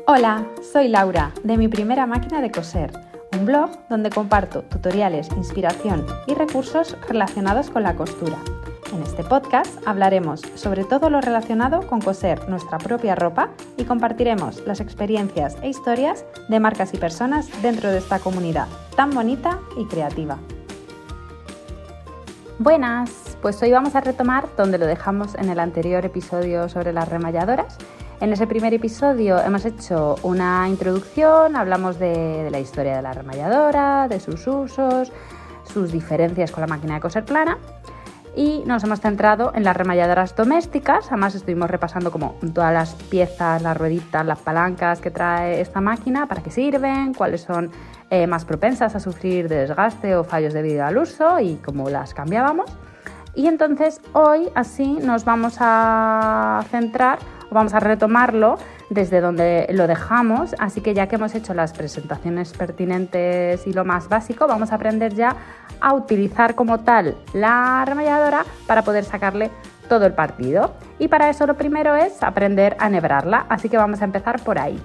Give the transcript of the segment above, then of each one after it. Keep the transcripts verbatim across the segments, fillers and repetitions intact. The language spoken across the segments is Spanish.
Hola, soy Laura, de Mi Primera Máquina de Coser, un blog donde comparto tutoriales, inspiración y recursos relacionados con la costura. En este podcast hablaremos sobre todo lo relacionado con coser nuestra propia ropa y compartiremos las experiencias e historias de marcas y personas dentro de esta comunidad tan bonita y creativa. Buenas, pues hoy vamos a retomar donde lo dejamos en el anterior episodio sobre las remalladoras. En ese primer episodio hemos hecho una introducción, hablamos de, de la historia de la remalladora, de sus usos, sus diferencias con la máquina de coser plana y nos hemos centrado en las remalladoras domésticas. Además estuvimos repasando como todas las piezas, las rueditas, las palancas que trae esta máquina, para qué sirven, cuáles son eh, más propensas a sufrir de desgaste o fallos debido al uso y cómo las cambiábamos. Y entonces hoy así nos vamos a centrar o vamos a retomarlo desde donde lo dejamos, así que ya que hemos hecho las presentaciones pertinentes y lo más básico, vamos a aprender ya a utilizar como tal la remalladora para poder sacarle todo el partido. Y para eso lo primero es aprender a enhebrarla, así que vamos a empezar por ahí.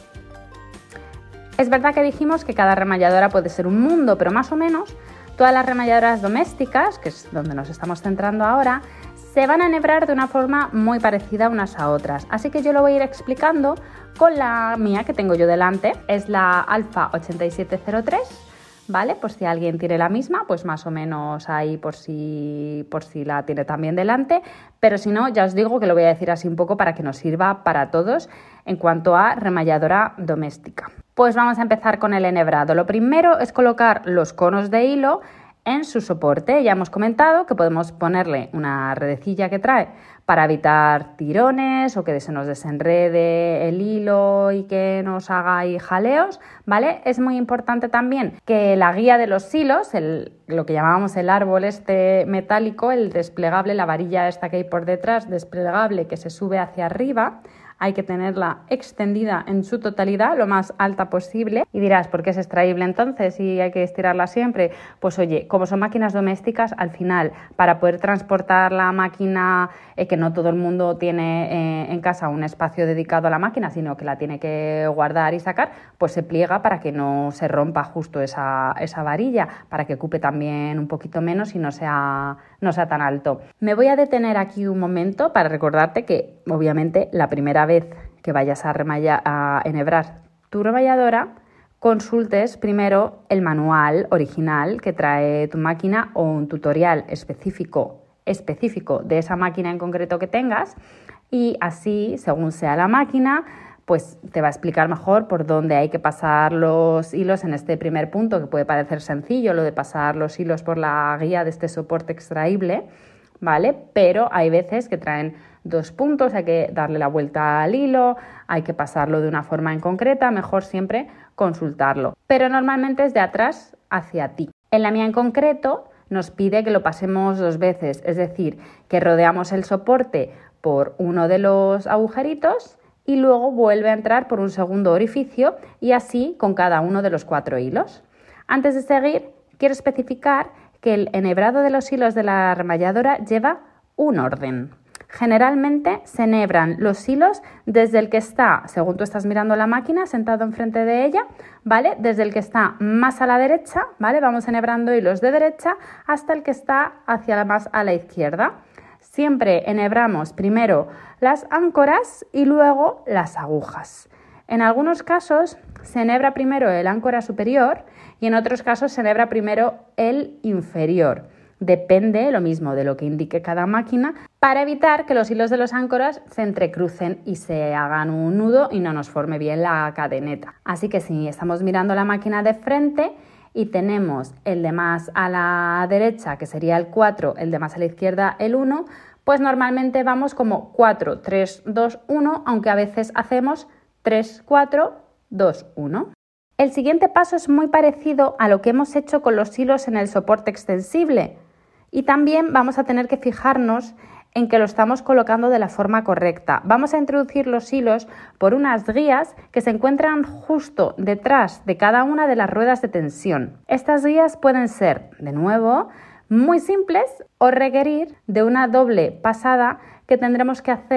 Es verdad que dijimos que cada remalladora puede ser un mundo, pero más o menos todas las remalladoras domésticas, que es donde nos estamos centrando ahora, se van a enhebrar de una forma muy parecida unas a otras. Así que yo lo voy a ir explicando con la mía que tengo yo delante. Es la Alfa ochenta y siete cero tres, ¿vale? Por si alguien tiene la misma, pues más o menos ahí por si, por si la tiene también delante. Pero si no, ya os digo que lo voy a decir así un poco para que nos sirva para todos en cuanto a remalladora doméstica. Pues vamos a empezar con el enhebrado. Lo primero es colocar los conos de hilo en su soporte. Ya hemos comentado que podemos ponerle una redecilla que trae para evitar tirones o que se nos desenrede el hilo y que nos haga ahí jaleos, ¿vale? Es muy importante también que la guía de los hilos, el, lo que llamábamos el árbol este metálico, el desplegable, la varilla esta que hay por detrás, desplegable que se sube hacia arriba, hay que tenerla extendida en su totalidad, lo más alta posible. Y dirás, ¿por qué es extraíble entonces y hay que estirarla siempre? Pues oye, como son máquinas domésticas, al final, para poder transportar la máquina, eh, que no todo el mundo tiene eh, en casa un espacio dedicado a la máquina, sino que la tiene que guardar y sacar, pues se pliega para que no se rompa justo esa, esa varilla, para que ocupe también un poquito menos y no sea, no sea tan alto. Me voy a detener aquí un momento para recordarte que, obviamente, la primera vez que vayas a, remalla, a enhebrar tu remalladora, consultes primero el manual original que trae tu máquina o un tutorial específico, específico de esa máquina en concreto que tengas, y así, según sea la máquina, pues te va a explicar mejor por dónde hay que pasar los hilos en este primer punto, que puede parecer sencillo, lo de pasar los hilos por la guía de este soporte extraíble, ¿vale? Pero hay veces que traen dos puntos, hay que darle la vuelta al hilo, hay que pasarlo de una forma en concreta, mejor siempre consultarlo. Pero normalmente es de atrás hacia ti. En la mía en concreto nos pide que lo pasemos dos veces, es decir, que rodeamos el soporte por uno de los agujeritos y luego vuelve a entrar por un segundo orificio y así con cada uno de los cuatro hilos. Antes de seguir, quiero especificar que el enhebrado de los hilos de la remalladora lleva un orden. Generalmente se enhebran los hilos desde el que está, según tú estás mirando la máquina, sentado enfrente de ella, ¿vale? Desde el que está más a la derecha, ¿vale? Vamos enhebrando hilos de derecha hasta el que está hacia la más a la izquierda. Siempre enhebramos primero las áncoras y luego las agujas. En algunos casos se enhebra primero el áncora superior y en otros casos se enhebra primero el inferior. Depende, lo mismo, de lo que indique cada máquina, para evitar que los hilos de los áncoras se entrecrucen y se hagan un nudo y no nos forme bien la cadeneta. Así que si estamos mirando la máquina de frente y tenemos el de más a la derecha, que sería el cuatro, el de más a la izquierda, el uno, pues normalmente vamos como cuatro, tres, dos, uno, aunque a veces hacemos tres, cuatro, dos, uno. El siguiente paso es muy parecido a lo que hemos hecho con los hilos en el soporte extensible y también vamos a tener que fijarnos en que lo estamos colocando de la forma correcta. Vamos a introducir los hilos por unas guías que se encuentran justo detrás de cada una de las ruedas de tensión. Estas guías pueden ser, de nuevo, muy simples o requerir de una doble pasada que tendremos que hacer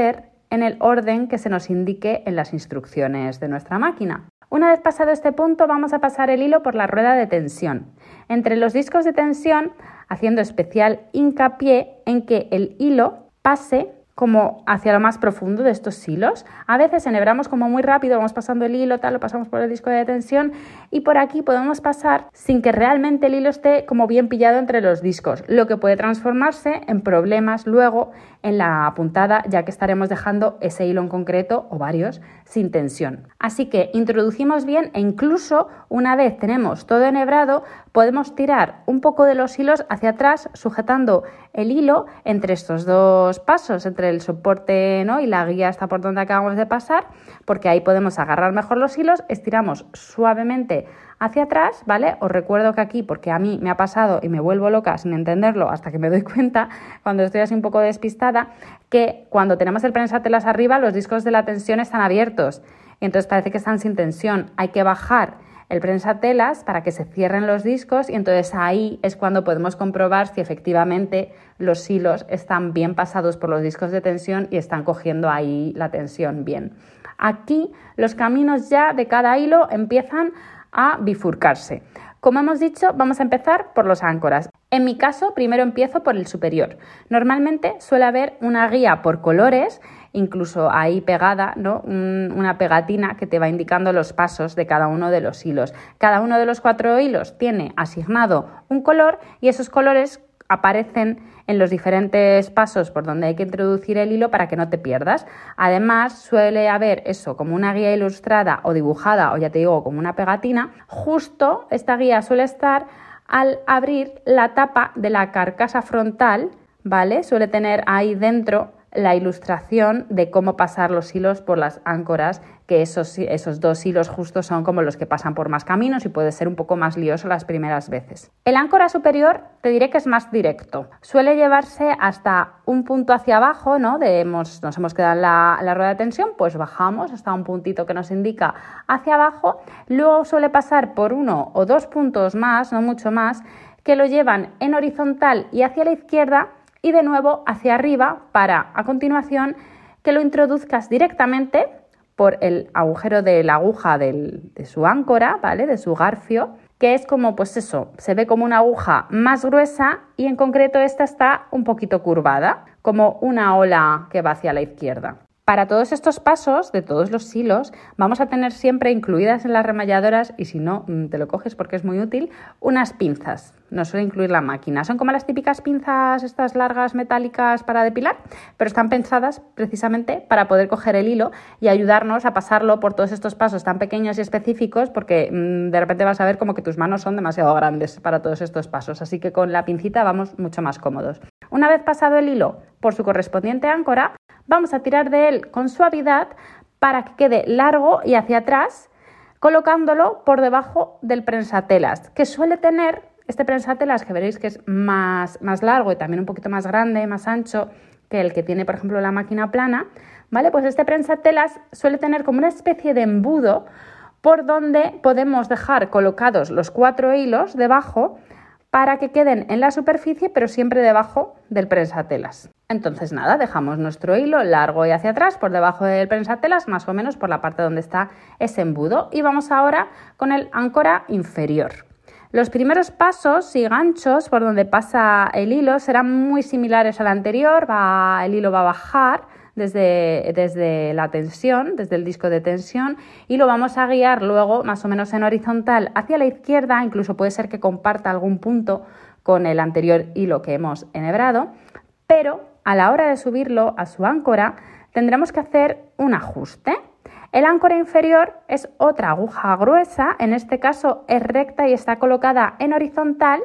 en el orden que se nos indique en las instrucciones de nuestra máquina. Una vez pasado este punto, vamos a pasar el hilo por la rueda de tensión. Entre los discos de tensión, haciendo especial hincapié en que el hilo pase como hacia lo más profundo de estos hilos. A veces enhebramos como muy rápido, vamos pasando el hilo, tal, lo pasamos por el disco de tensión y por aquí podemos pasar sin que realmente el hilo esté como bien pillado entre los discos, lo que puede transformarse en problemas luego en la puntada, ya que estaremos dejando ese hilo en concreto o varios sin tensión. Así que introducimos bien e incluso una vez tenemos todo enhebrado, podemos tirar un poco de los hilos hacia atrás sujetando el hilo entre estos dos pasos, entre el soporte, ¿no?, y la guía está por donde acabamos de pasar, porque ahí podemos agarrar mejor los hilos, estiramos suavemente hacia atrás, ¿vale? Os recuerdo que aquí, porque a mí me ha pasado y me vuelvo loca sin entenderlo hasta que me doy cuenta, cuando estoy así un poco despistada, que cuando tenemos el prensatelas arriba, los discos de la tensión están abiertos y entonces parece que están sin tensión. Hay que bajar el prensatelas para que se cierren los discos y entonces ahí es cuando podemos comprobar si efectivamente los hilos están bien pasados por los discos de tensión y están cogiendo ahí la tensión bien. Aquí los caminos ya de cada hilo empiezan a bifurcarse. Como hemos dicho, vamos a empezar por los áncoras. En mi caso, primero empiezo por el superior. Normalmente suele haber una guía por colores, incluso ahí pegada, ¿no?, Un, una pegatina que te va indicando los pasos de cada uno de los hilos. Cada uno de los cuatro hilos tiene asignado un color y esos colores aparecen en los diferentes pasos por donde hay que introducir el hilo para que no te pierdas. Además, suele haber eso como una guía ilustrada o dibujada o ya te digo como una pegatina. Justo esta guía suele estar al abrir la tapa de la carcasa frontal, ¿vale? Suele tener ahí dentro la ilustración de cómo pasar los hilos por las áncoras, que esos, esos dos hilos justos son como los que pasan por más caminos y puede ser un poco más lioso las primeras veces. El áncora superior te diré que es más directo. Suele llevarse hasta un punto hacia abajo, ¿no? De hemos, nos hemos quedado en la, en la rueda de tensión, pues bajamos hasta un puntito que nos indica hacia abajo. Luego suele pasar por uno o dos puntos más, no mucho más, que lo llevan en horizontal y hacia la izquierda y de nuevo hacia arriba para, a continuación, que lo introduzcas directamente por el agujero de la aguja del, de su áncora, ¿vale?, de su garfio, que es como, pues eso, se ve como una aguja más gruesa y en concreto esta está un poquito curvada, como una ola que va hacia la izquierda. Para todos estos pasos de todos los hilos vamos a tener siempre incluidas en las remalladoras, y si no, te lo coges porque es muy útil, unas pinzas. Nos suele incluir la máquina. Son como las típicas pinzas estas largas metálicas para depilar, pero están pensadas precisamente para poder coger el hilo y ayudarnos a pasarlo por todos estos pasos tan pequeños y específicos, porque mmm, de repente vas a ver como que tus manos son demasiado grandes para todos estos pasos. Así que con la pincita vamos mucho más cómodos. Una vez pasado el hilo por su correspondiente áncora, vamos a tirar de él con suavidad para que quede largo y hacia atrás, colocándolo por debajo del prensatelas, que suele tener este prensatelas, que veréis que es más, más largo y también un poquito más grande, más ancho que el que tiene, por ejemplo, la máquina plana, ¿vale? Pues este prensatelas suele tener como una especie de embudo por donde podemos dejar colocados los cuatro hilos debajo para que queden en la superficie, pero siempre debajo del prensatelas. Entonces nada, dejamos nuestro hilo largo y hacia atrás por debajo del prensatelas, más o menos por la parte donde está ese embudo, y vamos ahora con el áncora inferior. Los primeros pasos y ganchos por donde pasa el hilo serán muy similares al anterior. Va, el hilo va a bajar desde, desde la tensión, desde el disco de tensión, y lo vamos a guiar luego más o menos en horizontal hacia la izquierda. Incluso puede ser que comparta algún punto con el anterior hilo que hemos enhebrado, pero a la hora de subirlo a su áncora tendremos que hacer un ajuste. El áncora inferior es otra aguja gruesa, en este caso es recta y está colocada en horizontal,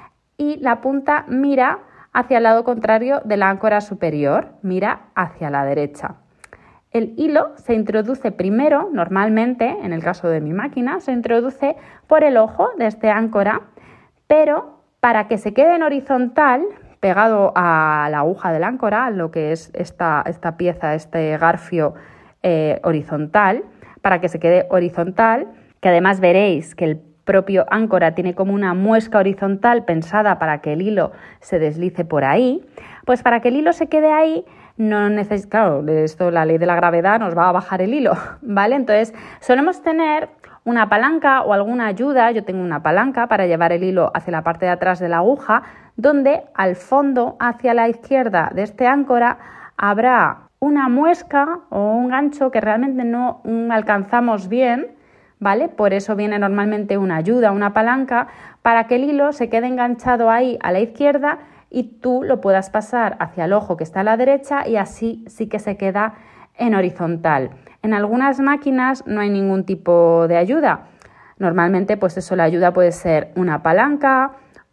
y la punta mira hacia el lado contrario de la áncora superior, mira hacia la derecha. El hilo se introduce primero, normalmente, en el caso de mi máquina, se introduce por el ojo de este áncora, pero para que se quede en horizontal, pegado a la aguja del áncora, lo que es esta, esta pieza, este garfio eh, horizontal, para que se quede horizontal, que además veréis que el propio áncora tiene como una muesca horizontal pensada para que el hilo se deslice por ahí, pues para que el hilo se quede ahí no neces- claro, esto, la ley de la gravedad nos va a bajar el hilo, ¿vale? Entonces, solemos tener una palanca o alguna ayuda. Yo tengo una palanca para llevar el hilo hacia la parte de atrás de la aguja, donde al fondo, hacia la izquierda de este áncora, habrá una muesca o un gancho que realmente no alcanzamos bien, ¿vale? Por eso viene normalmente una ayuda, una palanca, para que el hilo se quede enganchado ahí a la izquierda y tú lo puedas pasar hacia el ojo que está a la derecha, y así sí que se queda en horizontal. En algunas máquinas no hay ningún tipo de ayuda. Normalmente, pues eso, la ayuda puede ser una palanca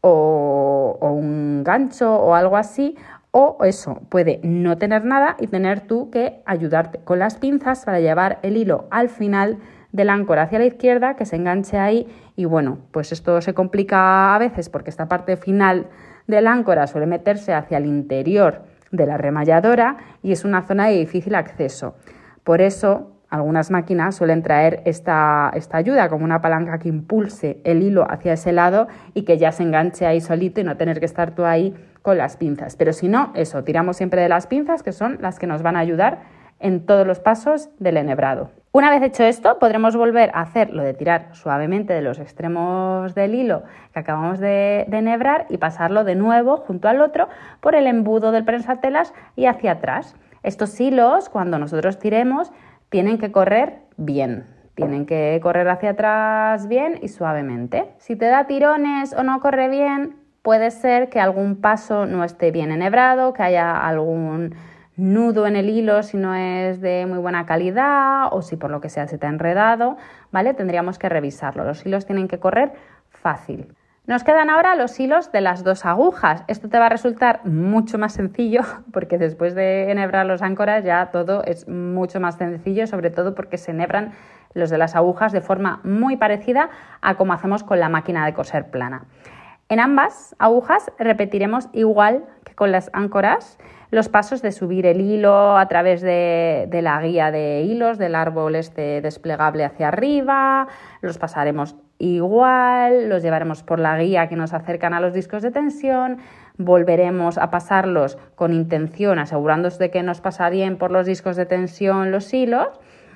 o, o un gancho o algo así, o eso, puede no tener nada y tener tú que ayudarte con las pinzas para llevar el hilo al final del áncora hacia la izquierda, que se enganche ahí. Y bueno, pues esto se complica a veces porque esta parte final del áncora suele meterse hacia el interior de la remalladora y es una zona de difícil acceso. Por eso algunas máquinas suelen traer esta, esta ayuda como una palanca que impulse el hilo hacia ese lado y que ya se enganche ahí solito y no tener que estar tú ahí con las pinzas. Pero si no, eso, tiramos siempre de las pinzas, que son las que nos van a ayudar en todos los pasos del enhebrado. Una vez hecho esto, podremos volver a hacer lo de tirar suavemente de los extremos del hilo que acabamos de, de enhebrar y pasarlo de nuevo junto al otro por el embudo del prensatelas y hacia atrás. Estos hilos, cuando nosotros tiremos, tienen que correr bien, tienen que correr hacia atrás bien y suavemente. Si te da tirones o no corre bien, puede ser que algún paso no esté bien enhebrado, que haya algún nudo en el hilo si no es de muy buena calidad o si por lo que sea se te ha enredado, ¿vale? Tendríamos que revisarlo. Los hilos tienen que correr fácil. Nos quedan ahora los hilos de las dos agujas. Esto te va a resultar mucho más sencillo porque después de enhebrar los áncoras ya todo es mucho más sencillo, sobre todo porque se enhebran los de las agujas de forma muy parecida a como hacemos con la máquina de coser plana. En ambas agujas repetiremos igual que con las áncoras los pasos de subir el hilo a través de, de la guía de hilos del árbol este desplegable hacia arriba, los pasaremos igual, los llevaremos por la guía que nos acercan a los discos de tensión, volveremos a pasarlos con intención, asegurándose de que nos pasa bien por los discos de tensión los hilos,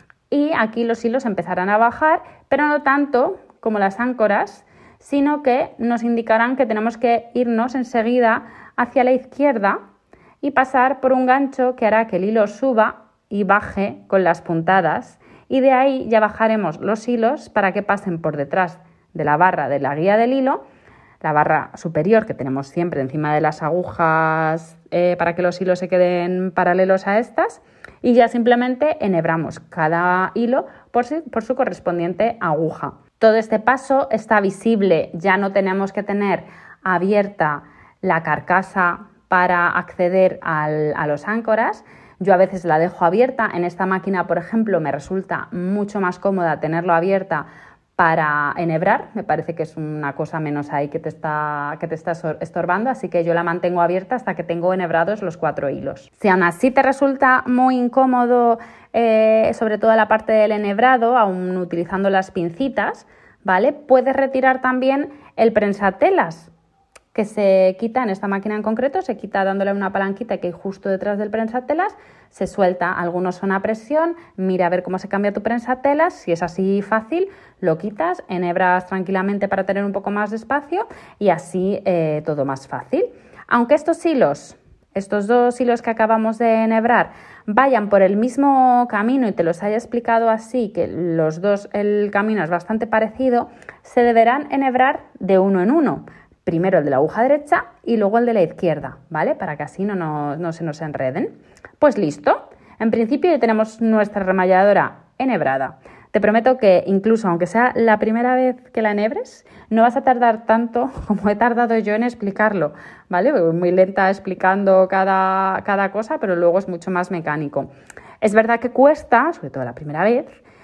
y aquí los hilos empezarán a bajar, pero no tanto como las áncoras, sino que nos indicarán que tenemos que irnos enseguida hacia la izquierda y pasar por un gancho que hará que el hilo suba y baje con las puntadas, y de ahí ya bajaremos los hilos para que pasen por detrás de la barra de la guía del hilo, la barra superior que tenemos siempre encima de las agujas eh, para que los hilos se queden paralelos a estas, y ya simplemente enhebramos cada hilo por su, por su correspondiente aguja. Todo este paso está visible, ya no tenemos que tener abierta la carcasa para acceder al, a los áncoras. Yo a veces la dejo abierta. En esta máquina, por ejemplo, me resulta mucho más cómoda tenerlo abierta para enhebrar. Me parece que es una cosa menos ahí que te está, que te está estorbando, así que yo la mantengo abierta hasta que tengo enhebrados los cuatro hilos. Si aún así te resulta muy incómodo, eh, sobre todo la parte del enhebrado, aún utilizando las pincitas, ¿vale? Puedes retirar también el prensatelas, que se quita en esta máquina en concreto, se quita dándole una palanquita que hay justo detrás del prensatelas, se suelta, algunos son a presión, mira a ver cómo se cambia tu prensatelas, si es así fácil, lo quitas, enhebras tranquilamente para tener un poco más de espacio y así eh, todo más fácil. Aunque estos hilos, estos dos hilos que acabamos de enhebrar, vayan por el mismo camino y te los haya explicado así, que los dos, el camino es bastante parecido, se deberán enhebrar de uno en uno. Primero el de la aguja derecha y luego el de la izquierda, ¿vale? Para que así no, no, no se nos enreden. Pues listo. En principio ya tenemos nuestra remalladora enhebrada. Te prometo que incluso aunque sea la primera vez que la enhebres, no vas a tardar tanto como he tardado yo en explicarlo, ¿vale? Voy muy lenta explicando cada, cada cosa, pero luego es mucho más mecánico. Es verdad que cuesta, sobre todo la primera vez,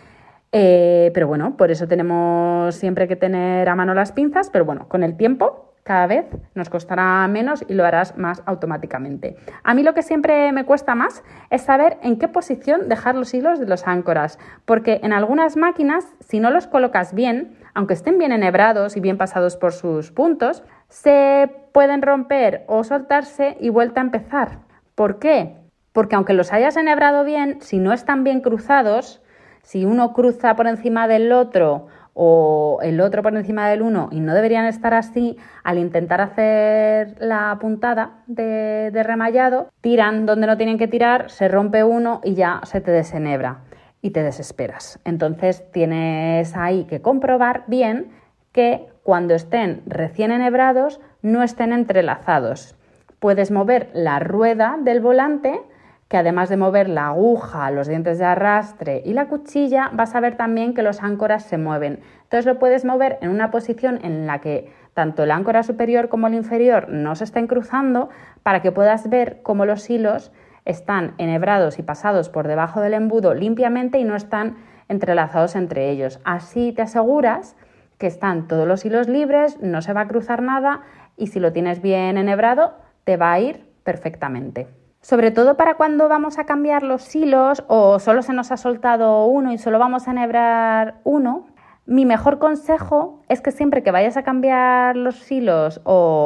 eh, pero bueno, por eso tenemos siempre que tener a mano las pinzas, pero bueno, con el tiempo cada vez nos costará menos y lo harás más automáticamente. A mí lo que siempre me cuesta más es saber en qué posición dejar los hilos de los áncoras, porque en algunas máquinas, si no los colocas bien, aunque estén bien enhebrados y bien pasados por sus puntos, se pueden romper o soltarse y vuelta a empezar. ¿Por qué? porque aunque los hayas enhebrado bien, si no están bien cruzados, si uno cruza por encima del otro o el otro por encima del uno y no deberían estar así, al intentar hacer la puntada de, de remallado, tiran donde no tienen que tirar, se rompe uno y ya se te desenhebra y te desesperas. Entonces tienes ahí que comprobar bien que cuando estén recién enhebrados no estén entrelazados. Puedes mover la rueda del volante, que además de mover la aguja, los dientes de arrastre y la cuchilla, vas a ver también que los áncoras se mueven. Entonces lo puedes mover en una posición en la que tanto el áncora superior como el inferior no se estén cruzando, para que puedas ver cómo los hilos están enhebrados y pasados por debajo del embudo limpiamente y no están entrelazados entre ellos. Así te aseguras que están todos los hilos libres, no se va a cruzar nada y si lo tienes bien enhebrado te va a ir perfectamente. Sobre todo para cuando vamos a cambiar los hilos o solo se nos ha soltado uno y solo vamos a enhebrar uno, mi mejor consejo es que siempre que vayas a cambiar los hilos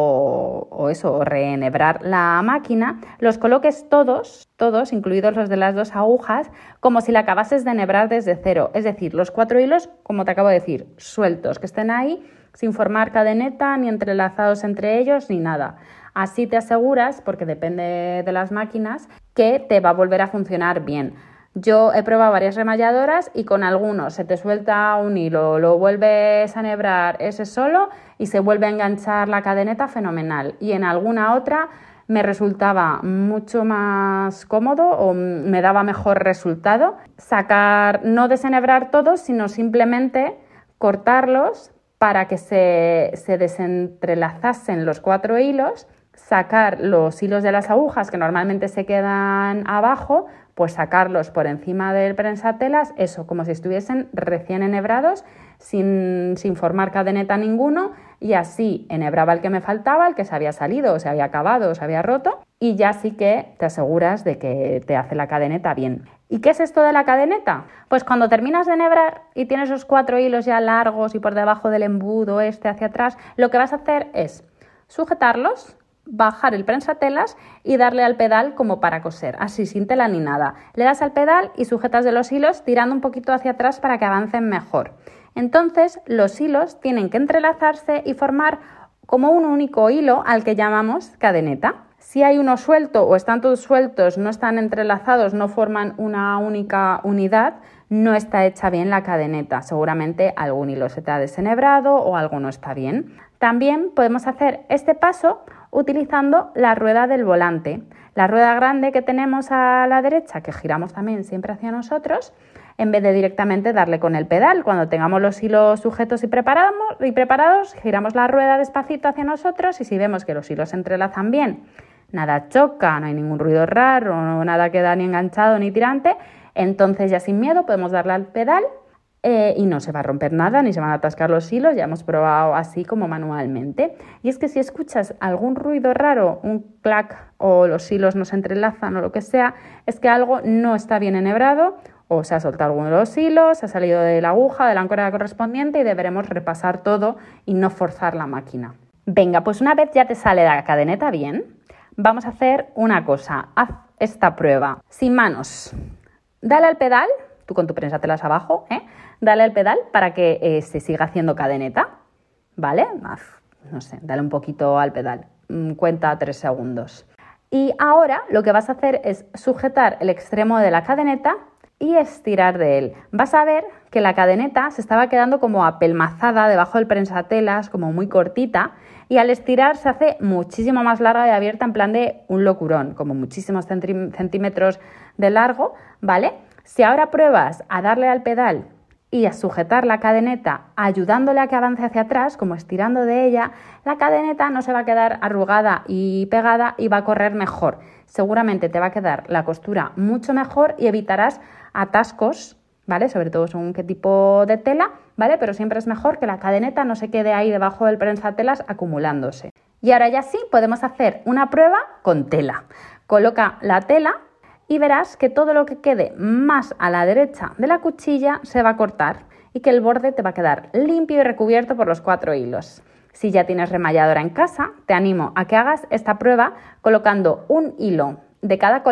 o, o eso, o reenhebrar la máquina, los coloques todos, todos, incluidos los de las dos agujas, como si la acabases de enhebrar desde cero. Es decir, los cuatro hilos, como te acabo de decir, sueltos, que estén ahí sin formar cadeneta, ni entrelazados entre ellos, ni nada. Así te aseguras, porque depende de las máquinas, que te va a volver a funcionar bien. Yo he probado varias remalladoras y con algunos se te suelta un hilo, lo vuelves a enhebrar ese solo y se vuelve a enganchar la cadeneta fenomenal. Y en alguna otra me resultaba mucho más cómodo o me daba mejor resultado sacar, no desenhebrar todos, sino simplemente cortarlos para que se, se desentrelazasen los cuatro hilos, sacar los hilos de las agujas que normalmente se quedan abajo, pues sacarlos por encima del prensatelas, eso, como si estuviesen recién enhebrados, sin, sin formar cadeneta ninguno, y así enhebraba el que me faltaba, el que se había salido, o se había acabado, o se había roto, y ya sí que te aseguras de que te hace la cadeneta bien. ¿Y qué es esto de la cadeneta? Pues cuando terminas de enhebrar y tienes los cuatro hilos ya largos y por debajo del embudo este hacia atrás, lo que vas a hacer es sujetarlos, bajar el prensatelas y darle al pedal como para coser, así sin tela ni nada. Le das al pedal y sujetas de los hilos tirando un poquito hacia atrás para que avancen mejor. Entonces los hilos tienen que entrelazarse y formar como un único hilo al que llamamos cadeneta. Si hay uno suelto o están todos sueltos, no están entrelazados, no forman una única unidad, no está hecha bien la cadeneta. Seguramente algún hilo se te ha desenhebrado o algo no está bien. También podemos hacer este paso utilizando la rueda del volante. La rueda grande que tenemos a la derecha, que giramos también siempre hacia nosotros, en vez de directamente darle con el pedal. Cuando tengamos los hilos sujetos y preparados, y preparados, giramos la rueda despacito hacia nosotros y si vemos que los hilos se entrelazan bien, nada choca, no hay ningún ruido raro, nada queda ni enganchado ni tirante, entonces ya sin miedo podemos darle al pedal eh, y no se va a romper nada ni se van a atascar los hilos. Ya hemos probado así como manualmente. Y es que si escuchas algún ruido raro, un clac o los hilos no se entrelazan o lo que sea, es que algo no está bien enhebrado o se ha soltado alguno de los hilos, se ha salido de la aguja, de la áncora correspondiente y deberemos repasar todo y no forzar la máquina. Venga, pues una vez ya te sale la cadeneta bien, vamos a hacer una cosa. Haz esta prueba sin manos. Dale al pedal, tú con tu prensatelas abajo, ¿eh? Dale al pedal para que eh, se siga haciendo cadeneta, ¿vale? Haz, no sé, dale un poquito al pedal, cuenta tres segundos. Y ahora lo que vas a hacer es sujetar el extremo de la cadeneta y estirar de él. Vas a ver que la cadeneta se estaba quedando como apelmazada debajo del prensatelas, como muy cortita, y al estirar se hace muchísimo más larga y abierta en plan de un locurón, como muchísimos centímetros de largo, ¿vale? Si ahora pruebas a darle al pedal y a sujetar la cadeneta ayudándole a que avance hacia atrás, como estirando de ella, la cadeneta no se va a quedar arrugada y pegada y va a correr mejor. Seguramente te va a quedar la costura mucho mejor y evitarás atascos, ¿vale? Sobre todo según qué tipo de tela, ¿vale? Pero siempre es mejor que la cadeneta no se quede ahí debajo del prensatelas acumulándose. Y ahora ya sí podemos hacer una prueba con tela. Coloca la tela y verás que todo lo que quede más a la derecha de la cuchilla se va a cortar y que el borde te va a quedar limpio y recubierto por los cuatro hilos. Si ya tienes remalladora en casa, te animo a que hagas esta prueba colocando un hilo de cada color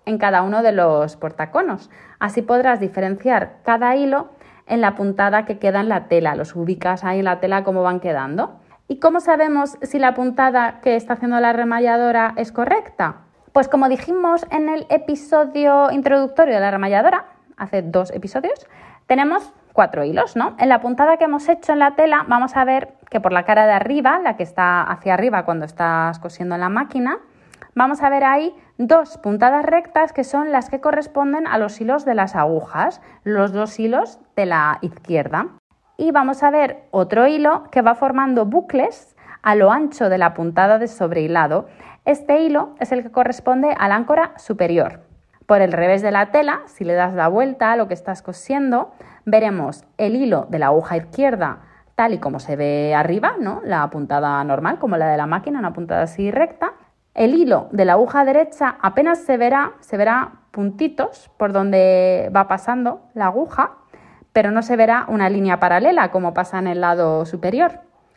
en cada uno de los portaconos. Así podrás diferenciar cada hilo en la puntada que queda en la tela. Los ubicas ahí en la tela cómo van quedando. ¿Y cómo sabemos si la puntada que está haciendo la remalladora es correcta? Pues como dijimos en el episodio introductorio de la remalladora, hace dos episodios, tenemos cuatro hilos, ¿no? En la puntada que hemos hecho en la tela vamos a ver que por la cara de arriba, la que está hacia arriba cuando estás cosiendo en la máquina, vamos a ver ahí dos puntadas rectas que son las que corresponden a los hilos de las agujas, los dos hilos de la izquierda. Y vamos a ver otro hilo que va formando bucles a lo ancho de la puntada de sobrehilado. Este hilo es el que corresponde a la áncora superior. Por el revés de la tela, si le das la vuelta a lo que estás cosiendo, veremos el hilo de la aguja izquierda tal y como se ve arriba, ¿no? La puntada normal, como la de la máquina, una puntada así recta. El hilo de la aguja derecha apenas se verá, se verá puntitos por donde va pasando la aguja, pero no se verá una línea paralela como pasa en el lado superior.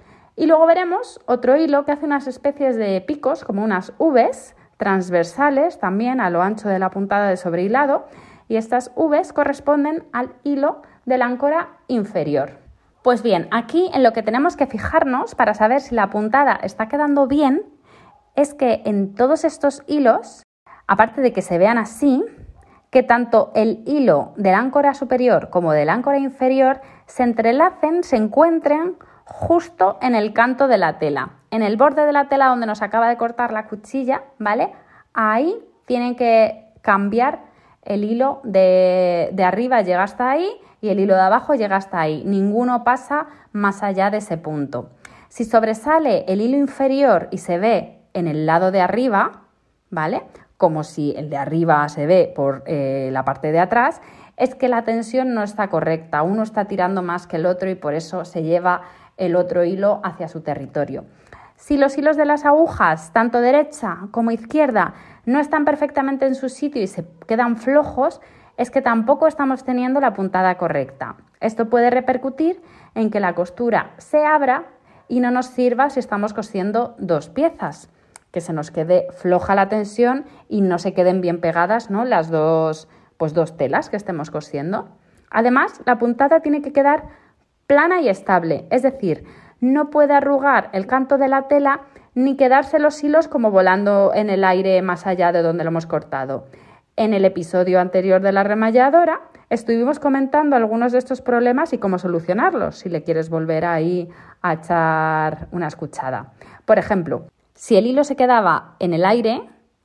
Y luego veremos otro hilo que hace unas especies de picos, como unas V's transversales también a lo ancho de la puntada de sobrehilado, y estas V's corresponden al hilo de la áncora inferior. Pues bien, aquí en lo que tenemos que fijarnos para saber si la puntada está quedando bien es que en todos estos hilos, aparte de que se vean así, que tanto el hilo de la áncora superior como del áncora inferior se entrelacen, se encuentren justo en el canto de la tela. En el borde de la tela donde nos acaba de cortar la cuchilla, ¿vale? Ahí tienen que cambiar el hilo de, de arriba, llega hasta ahí, y el hilo de abajo llega hasta ahí. Ninguno pasa más allá de ese punto. Si sobresale el hilo inferior y se ve en el lado de arriba, ¿vale? Como si el de arriba se ve por eh, la parte de atrás, es que la tensión no está correcta. Uno está tirando más que el otro y por eso se lleva el otro hilo hacia su territorio. Si los hilos de las agujas, tanto derecha como izquierda, no están perfectamente en su sitio y se quedan flojos, es que tampoco estamos teniendo la puntada correcta. Esto puede repercutir en que la costura se abra y no nos sirva si estamos cosiendo dos piezas, que se nos quede floja la tensión y no se queden bien pegadas, ¿no? Las dos, pues dos telas que estemos cosiendo. Además, la puntada tiene que quedar plana y estable, es decir, no puede arrugar el canto de la tela ni quedarse los hilos como volando en el aire más allá de donde lo hemos cortado. En el episodio anterior de la remalladora estuvimos comentando algunos de estos problemas y cómo solucionarlos, si le quieres volver ahí a echar una escuchada. Por ejemplo, si el hilo se quedaba en el aire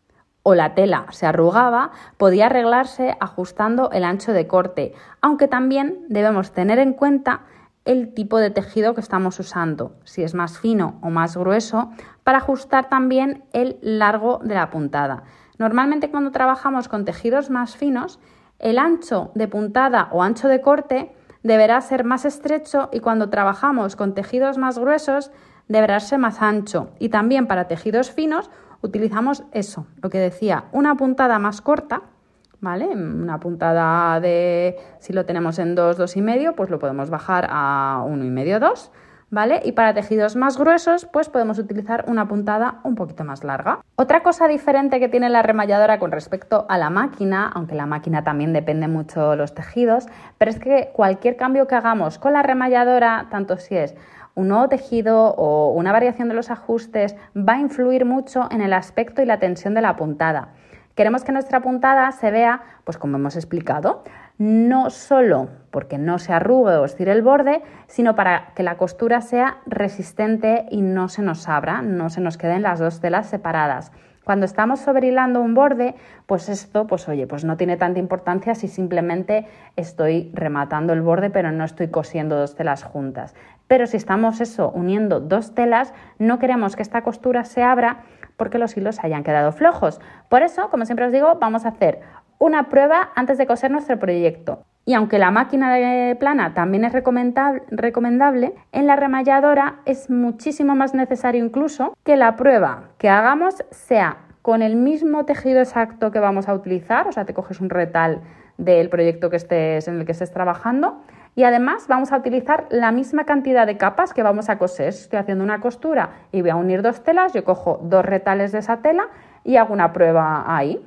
o la tela se arrugaba, podía arreglarse ajustando el ancho de corte, aunque también debemos tener en cuenta el tipo de tejido que estamos usando, si es más fino o más grueso, para ajustar también el largo de la puntada. Normalmente cuando trabajamos con tejidos más finos, el ancho de puntada o ancho de corte deberá ser más estrecho y cuando trabajamos con tejidos más gruesos deberá ser más ancho. Y también para tejidos finos utilizamos eso, lo que decía, una puntada más corta, ¿vale? Una puntada de, si lo tenemos en dos, dos y medio, pues lo podemos bajar a uno y medio, dos, ¿vale? Y para tejidos más gruesos, pues podemos utilizar una puntada un poquito más larga. Otra cosa diferente que tiene la remalladora con respecto a la máquina, aunque la máquina también depende mucho de los tejidos, pero es que cualquier cambio que hagamos con la remalladora, tanto si es un nuevo tejido o una variación de los ajustes, va a influir mucho en el aspecto y la tensión de la puntada. Queremos que nuestra puntada se vea, pues como hemos explicado, no solo porque no se arrugue o estire el borde, sino para que la costura sea resistente y no se nos abra, no se nos queden las dos telas separadas. Cuando estamos sobrehilando un borde, pues esto, pues oye, pues no tiene tanta importancia si simplemente estoy rematando el borde, pero no estoy cosiendo dos telas juntas. Pero si estamos eso, uniendo dos telas, no queremos que esta costura se abra porque los hilos hayan quedado flojos. Por eso, como siempre os digo, vamos a hacer una prueba antes de coser nuestro proyecto. Y aunque la máquina de plana también es recomendable, recomendable, en la remalladora es muchísimo más necesario incluso que la prueba que hagamos sea con el mismo tejido exacto que vamos a utilizar, o sea, te coges un retal del proyecto que estés, en el que estés trabajando, y además vamos a utilizar la misma cantidad de capas que vamos a coser. Si estoy haciendo una costura y voy a unir dos telas, yo cojo dos retales de esa tela y hago una prueba ahí.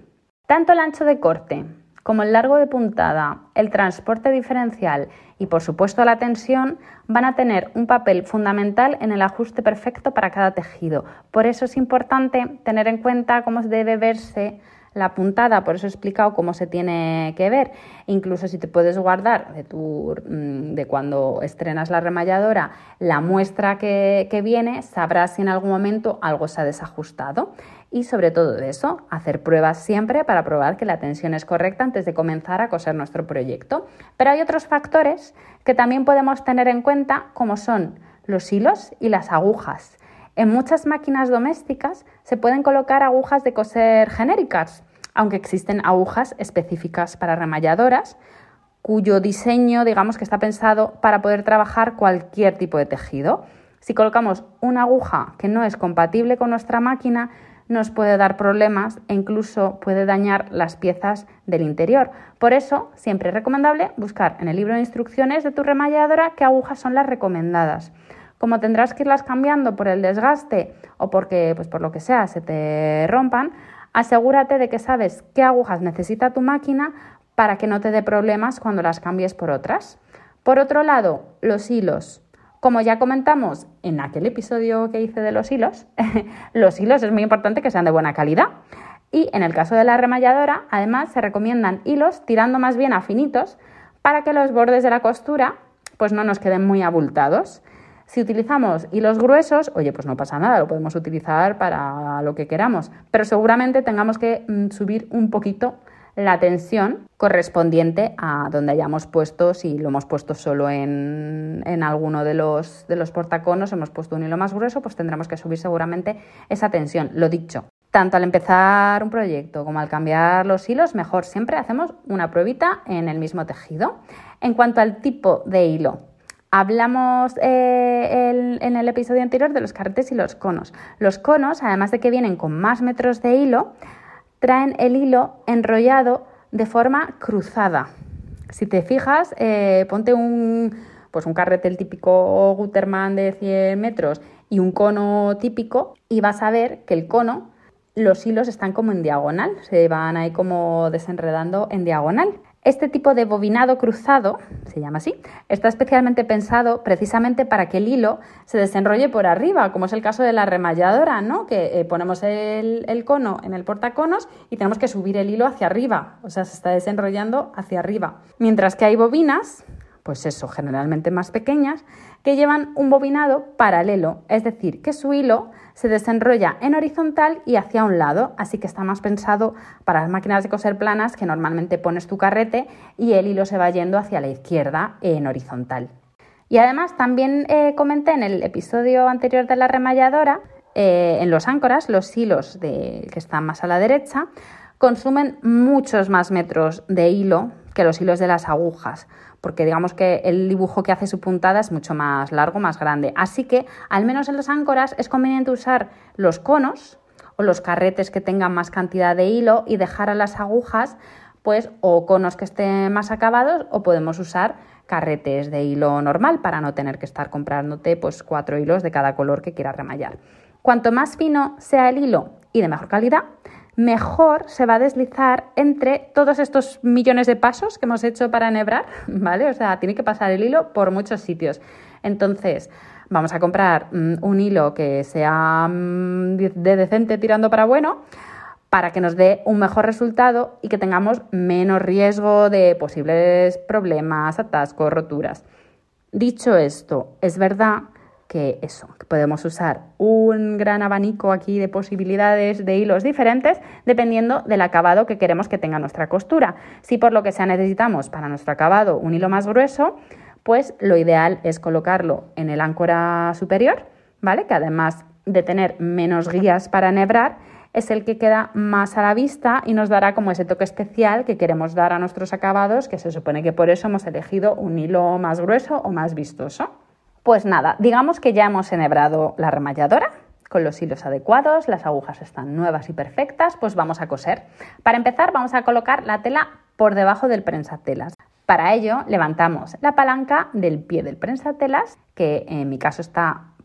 Tanto el ancho de corte como el largo de puntada, el transporte diferencial y, por supuesto, la tensión van a tener un papel fundamental en el ajuste perfecto para cada tejido. Por eso es importante tener en cuenta cómo debe verse la puntada, por eso he explicado cómo se tiene que ver. Incluso si te puedes guardar de, tu, de cuando estrenas la remalladora la muestra que, que viene, sabrás si en algún momento algo se ha desajustado. Y sobre todo de eso, hacer pruebas siempre para probar que la tensión es correcta antes de comenzar a coser nuestro proyecto. Pero hay otros factores que también podemos tener en cuenta, como son los hilos y las agujas. En muchas máquinas domésticas se pueden colocar agujas de coser genéricas, aunque existen agujas específicas para remalladoras, cuyo diseño, digamos que está pensado para poder trabajar cualquier tipo de tejido. Si colocamos una aguja que no es compatible con nuestra máquina, nos puede dar problemas e incluso puede dañar las piezas del interior. Por eso, siempre es recomendable buscar en el libro de instrucciones de tu remalladora qué agujas son las recomendadas. Como tendrás que irlas cambiando por el desgaste o porque, pues por lo que sea, se te rompan, asegúrate de que sabes qué agujas necesita tu máquina para que no te dé problemas cuando las cambies por otras. Por otro lado, los hilos. Como ya comentamos en aquel episodio que hice de los hilos, los hilos es muy importante que sean de buena calidad. Y en el caso de la remalladora, además, se recomiendan hilos tirando más bien a finitos para que los bordes de la costura pues no nos queden muy abultados. Si utilizamos hilos gruesos, oye, pues no pasa nada, lo podemos utilizar para lo que queramos, pero seguramente tengamos que mm, subir un poquito la tensión correspondiente a donde hayamos puesto. Si lo hemos puesto solo en, en alguno de los, de los portaconos, hemos puesto un hilo más grueso, pues tendremos que subir seguramente esa tensión. Lo dicho, tanto al empezar un proyecto como al cambiar los hilos, mejor siempre hacemos una pruebita en el mismo tejido. En cuanto al tipo de hilo, hablamos eh, el, en el episodio anterior de los carretes y los conos. Los conos, además de que vienen con más metros de hilo, traen el hilo enrollado de forma cruzada. Si te fijas, eh, ponte un, pues un carrete el típico Gutermann de cien metros y un cono típico y vas a ver que el cono, los hilos están como en diagonal, se van ahí como desenredando en diagonal. Este tipo de bobinado cruzado, se llama así, está especialmente pensado precisamente para que el hilo se desenrolle por arriba, como es el caso de la remalladora, ¿no? Que eh, ponemos el, el cono en el portaconos y tenemos que subir el hilo hacia arriba, o sea, se está desenrollando hacia arriba. Mientras que hay bobinas, pues eso, generalmente más pequeñas, que llevan un bobinado paralelo, es decir, que su hilo se desenrolla en horizontal y hacia un lado, así que está más pensado para las máquinas de coser planas, que normalmente pones tu carrete y el hilo se va yendo hacia la izquierda en horizontal. Y además también eh, comenté en el episodio anterior de la remalladora, eh, en los áncoras, los hilos de, que están más a la derecha, consumen muchos más metros de hilo que los hilos de las agujas, porque digamos que el dibujo que hace su puntada es mucho más largo, más grande. Así que, al menos en los áncoras, es conveniente usar los conos o los carretes que tengan más cantidad de hilo y dejar a las agujas, pues, o conos que estén más acabados, o podemos usar carretes de hilo normal para no tener que estar comprándote pues, cuatro hilos de cada color que quieras remallar. Cuanto más fino sea el hilo y de mejor calidad, mejor se va a deslizar entre todos estos millones de pasos que hemos hecho para enhebrar, ¿vale? O sea, tiene que pasar el hilo por muchos sitios. Entonces, vamos a comprar mmm, un hilo que sea mmm, de decente tirando para bueno, para que nos dé un mejor resultado y que tengamos menos riesgo de posibles problemas, atascos, roturas. Dicho esto, es verdad que eso, que podemos usar un gran abanico aquí de posibilidades de hilos diferentes dependiendo del acabado que queremos que tenga nuestra costura. Si por lo que sea necesitamos para nuestro acabado un hilo más grueso, pues lo ideal es colocarlo en el áncora superior, ¿vale? Que además de tener menos guías para enhebrar, es el que queda más a la vista y nos dará como ese toque especial que queremos dar a nuestros acabados, que se supone que por eso hemos elegido un hilo más grueso o más vistoso. Pues nada, digamos que ya hemos enhebrado la remalladora con los hilos adecuados, las agujas están nuevas y perfectas, pues vamos a coser. Para empezar vamos a colocar la tela por debajo del prensatelas. Para ello levantamos la palanca del pie del prensatelas, que en mi caso está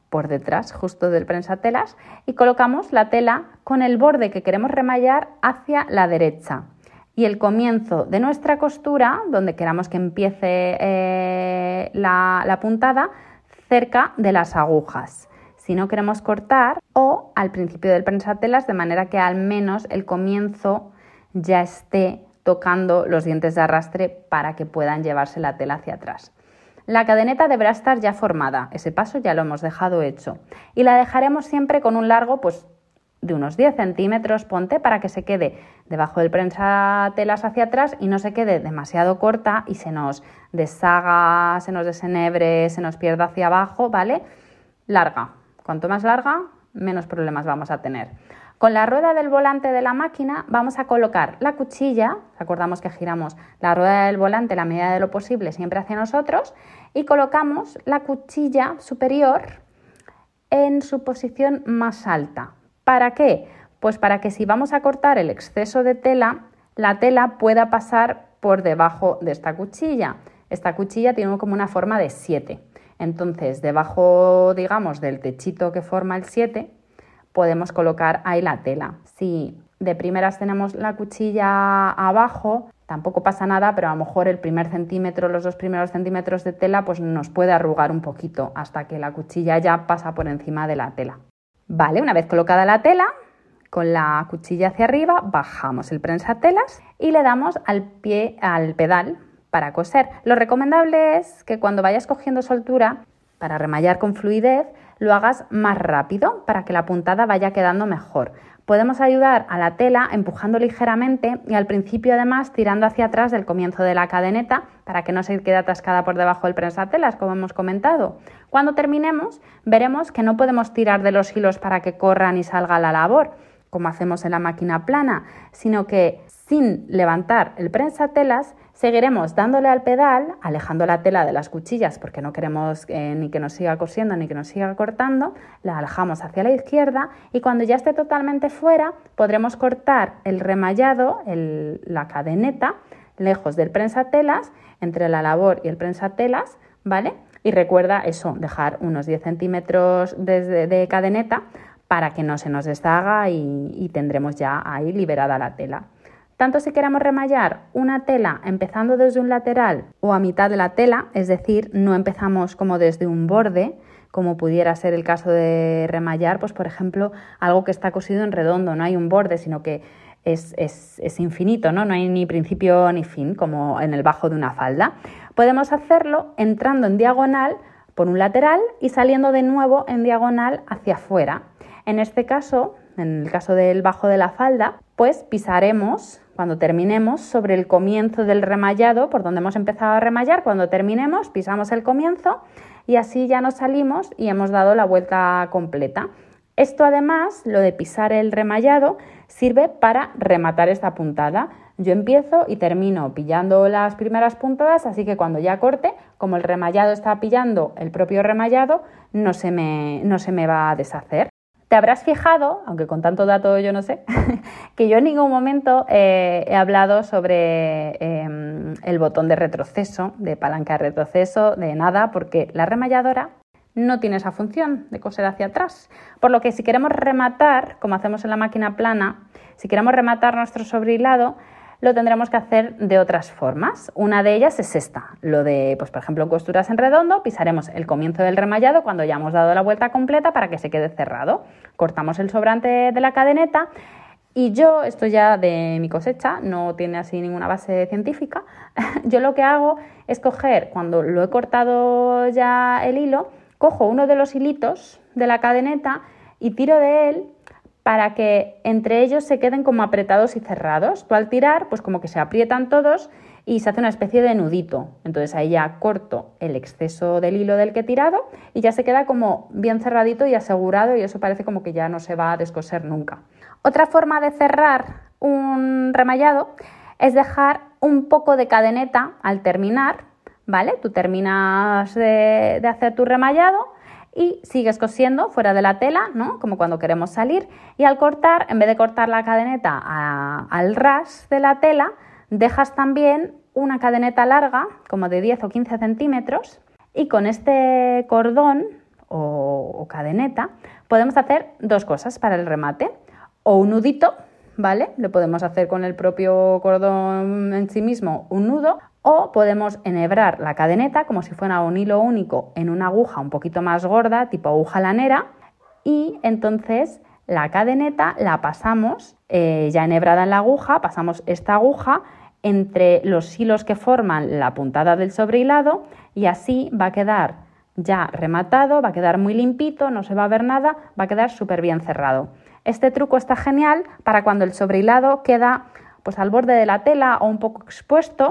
por detrás justo del prensatelas y colocamos la tela con el borde que queremos remallar hacia la derecha y el comienzo de nuestra costura, donde queramos que empiece eh, la, la puntada, cerca de las agujas. Si no queremos cortar, o al principio del prensatelas, de manera que al menos el comienzo ya esté tocando los dientes de arrastre para que puedan llevarse la tela hacia atrás. La cadeneta deberá estar ya formada, ese paso ya lo hemos dejado hecho, y la dejaremos siempre con un largo pues, de unos diez centímetros, ponte, para que se quede debajo del prensatelas hacia atrás y no se quede demasiado corta y se nos deshaga, se nos desenebre, se nos pierda hacia abajo, ¿vale? Larga. Cuanto más larga, menos problemas vamos a tener. Con la rueda del volante de la máquina vamos a colocar la cuchilla, recordamos que giramos la rueda del volante la medida de lo posible siempre hacia nosotros y colocamos la cuchilla superior en su posición más alta. ¿Para qué? Pues para que si vamos a cortar el exceso de tela, la tela pueda pasar por debajo de esta cuchilla. Esta cuchilla tiene como una forma de siete. Entonces, debajo, digamos, del techito que forma el siete, podemos colocar ahí la tela. Si de primeras tenemos la cuchilla abajo, tampoco pasa nada, pero a lo mejor el primer centímetro, los dos primeros centímetros de tela, pues nos puede arrugar un poquito hasta que la cuchilla ya pasa por encima de la tela. Vale, una vez colocada la tela, con la cuchilla hacia arriba, bajamos el prensatelas y le damos al pie, al pedal para coser. Lo recomendable es que cuando vayas cogiendo soltura, para remallar con fluidez, lo hagas más rápido para que la puntada vaya quedando mejor. Podemos ayudar a la tela empujando ligeramente y al principio además tirando hacia atrás del comienzo de la cadeneta para que no se quede atascada por debajo del prensatelas, como hemos comentado. Cuando terminemos veremos que no podemos tirar de los hilos para que corran y salga la labor, como hacemos en la máquina plana, sino que sin levantar el prensatelas seguiremos dándole al pedal, alejando la tela de las cuchillas porque no queremos eh, ni que nos siga cosiendo ni que nos siga cortando, la alejamos hacia la izquierda y cuando ya esté totalmente fuera podremos cortar el remallado, el, la cadeneta, lejos del prensatelas, entre la labor y el prensatelas, ¿vale? Y recuerda eso, dejar unos diez centímetros de, de cadeneta para que no se nos deshaga y, y tendremos ya ahí liberada la tela. Tanto si queremos remallar una tela empezando desde un lateral o a mitad de la tela, es decir, no empezamos como desde un borde, como pudiera ser el caso de remallar, pues por ejemplo, algo que está cosido en redondo, no hay un borde, sino que es, es, es infinito, ¿no? No hay ni principio ni fin, como en el bajo de una falda. Podemos hacerlo entrando en diagonal por un lateral y saliendo de nuevo en diagonal hacia afuera. En este caso, en el caso del bajo de la falda, pues pisaremos cuando terminemos sobre el comienzo del remallado, por donde hemos empezado a remallar. Cuando terminemos, pisamos el comienzo y así ya nos salimos y hemos dado la vuelta completa. Esto además, lo de pisar el remallado, sirve para rematar esta puntada. Yo empiezo y termino pillando las primeras puntadas, así que cuando ya corte, como el remallado está pillando el propio remallado, no se me, no se me va a deshacer. Te habrás fijado, aunque con tanto dato yo no sé, que yo en ningún momento eh, he hablado sobre eh, el botón de retroceso, de palanca de retroceso, de nada, porque la remalladora no tiene esa función de coser hacia atrás. Por lo que si queremos rematar, como hacemos en la máquina plana, si queremos rematar nuestro sobrehilado, lo tendremos que hacer de otras formas. Una de ellas es esta, lo de, pues por ejemplo, en costuras en redondo, pisaremos el comienzo del remallado cuando ya hemos dado la vuelta completa para que se quede cerrado. Cortamos el sobrante de la cadeneta y yo, esto ya de mi cosecha, no tiene así ninguna base científica, yo lo que hago es coger, cuando lo he cortado ya el hilo, cojo uno de los hilitos de la cadeneta y tiro de él para que entre ellos se queden como apretados y cerrados. Tú al tirar, pues como que se aprietan todos y se hace una especie de nudito. Entonces ahí ya corto el exceso del hilo del que he tirado y ya se queda como bien cerradito y asegurado y eso parece como que ya no se va a descoser nunca. Otra forma de cerrar un remallado es dejar un poco de cadeneta al terminar, ¿vale? Tú terminas de, de hacer tu remallado y sigues cosiendo fuera de la tela, ¿no? Como cuando queremos salir. Y al cortar, en vez de cortar la cadeneta a, al ras de la tela, dejas también una cadeneta larga, como de diez o quince centímetros, y con este cordón o, o cadeneta, podemos hacer dos cosas para el remate. O un nudito, ¿vale? Lo podemos hacer con el propio cordón en sí mismo, un nudo, o podemos enhebrar la cadeneta como si fuera un hilo único en una aguja un poquito más gorda, tipo aguja lanera, y entonces la cadeneta la pasamos eh, ya enhebrada en la aguja, pasamos esta aguja entre los hilos que forman la puntada del sobrehilado y así va a quedar ya rematado, va a quedar muy limpito, no se va a ver nada, va a quedar súper bien cerrado. Este truco está genial para cuando el sobrehilado queda pues, al borde de la tela o un poco expuesto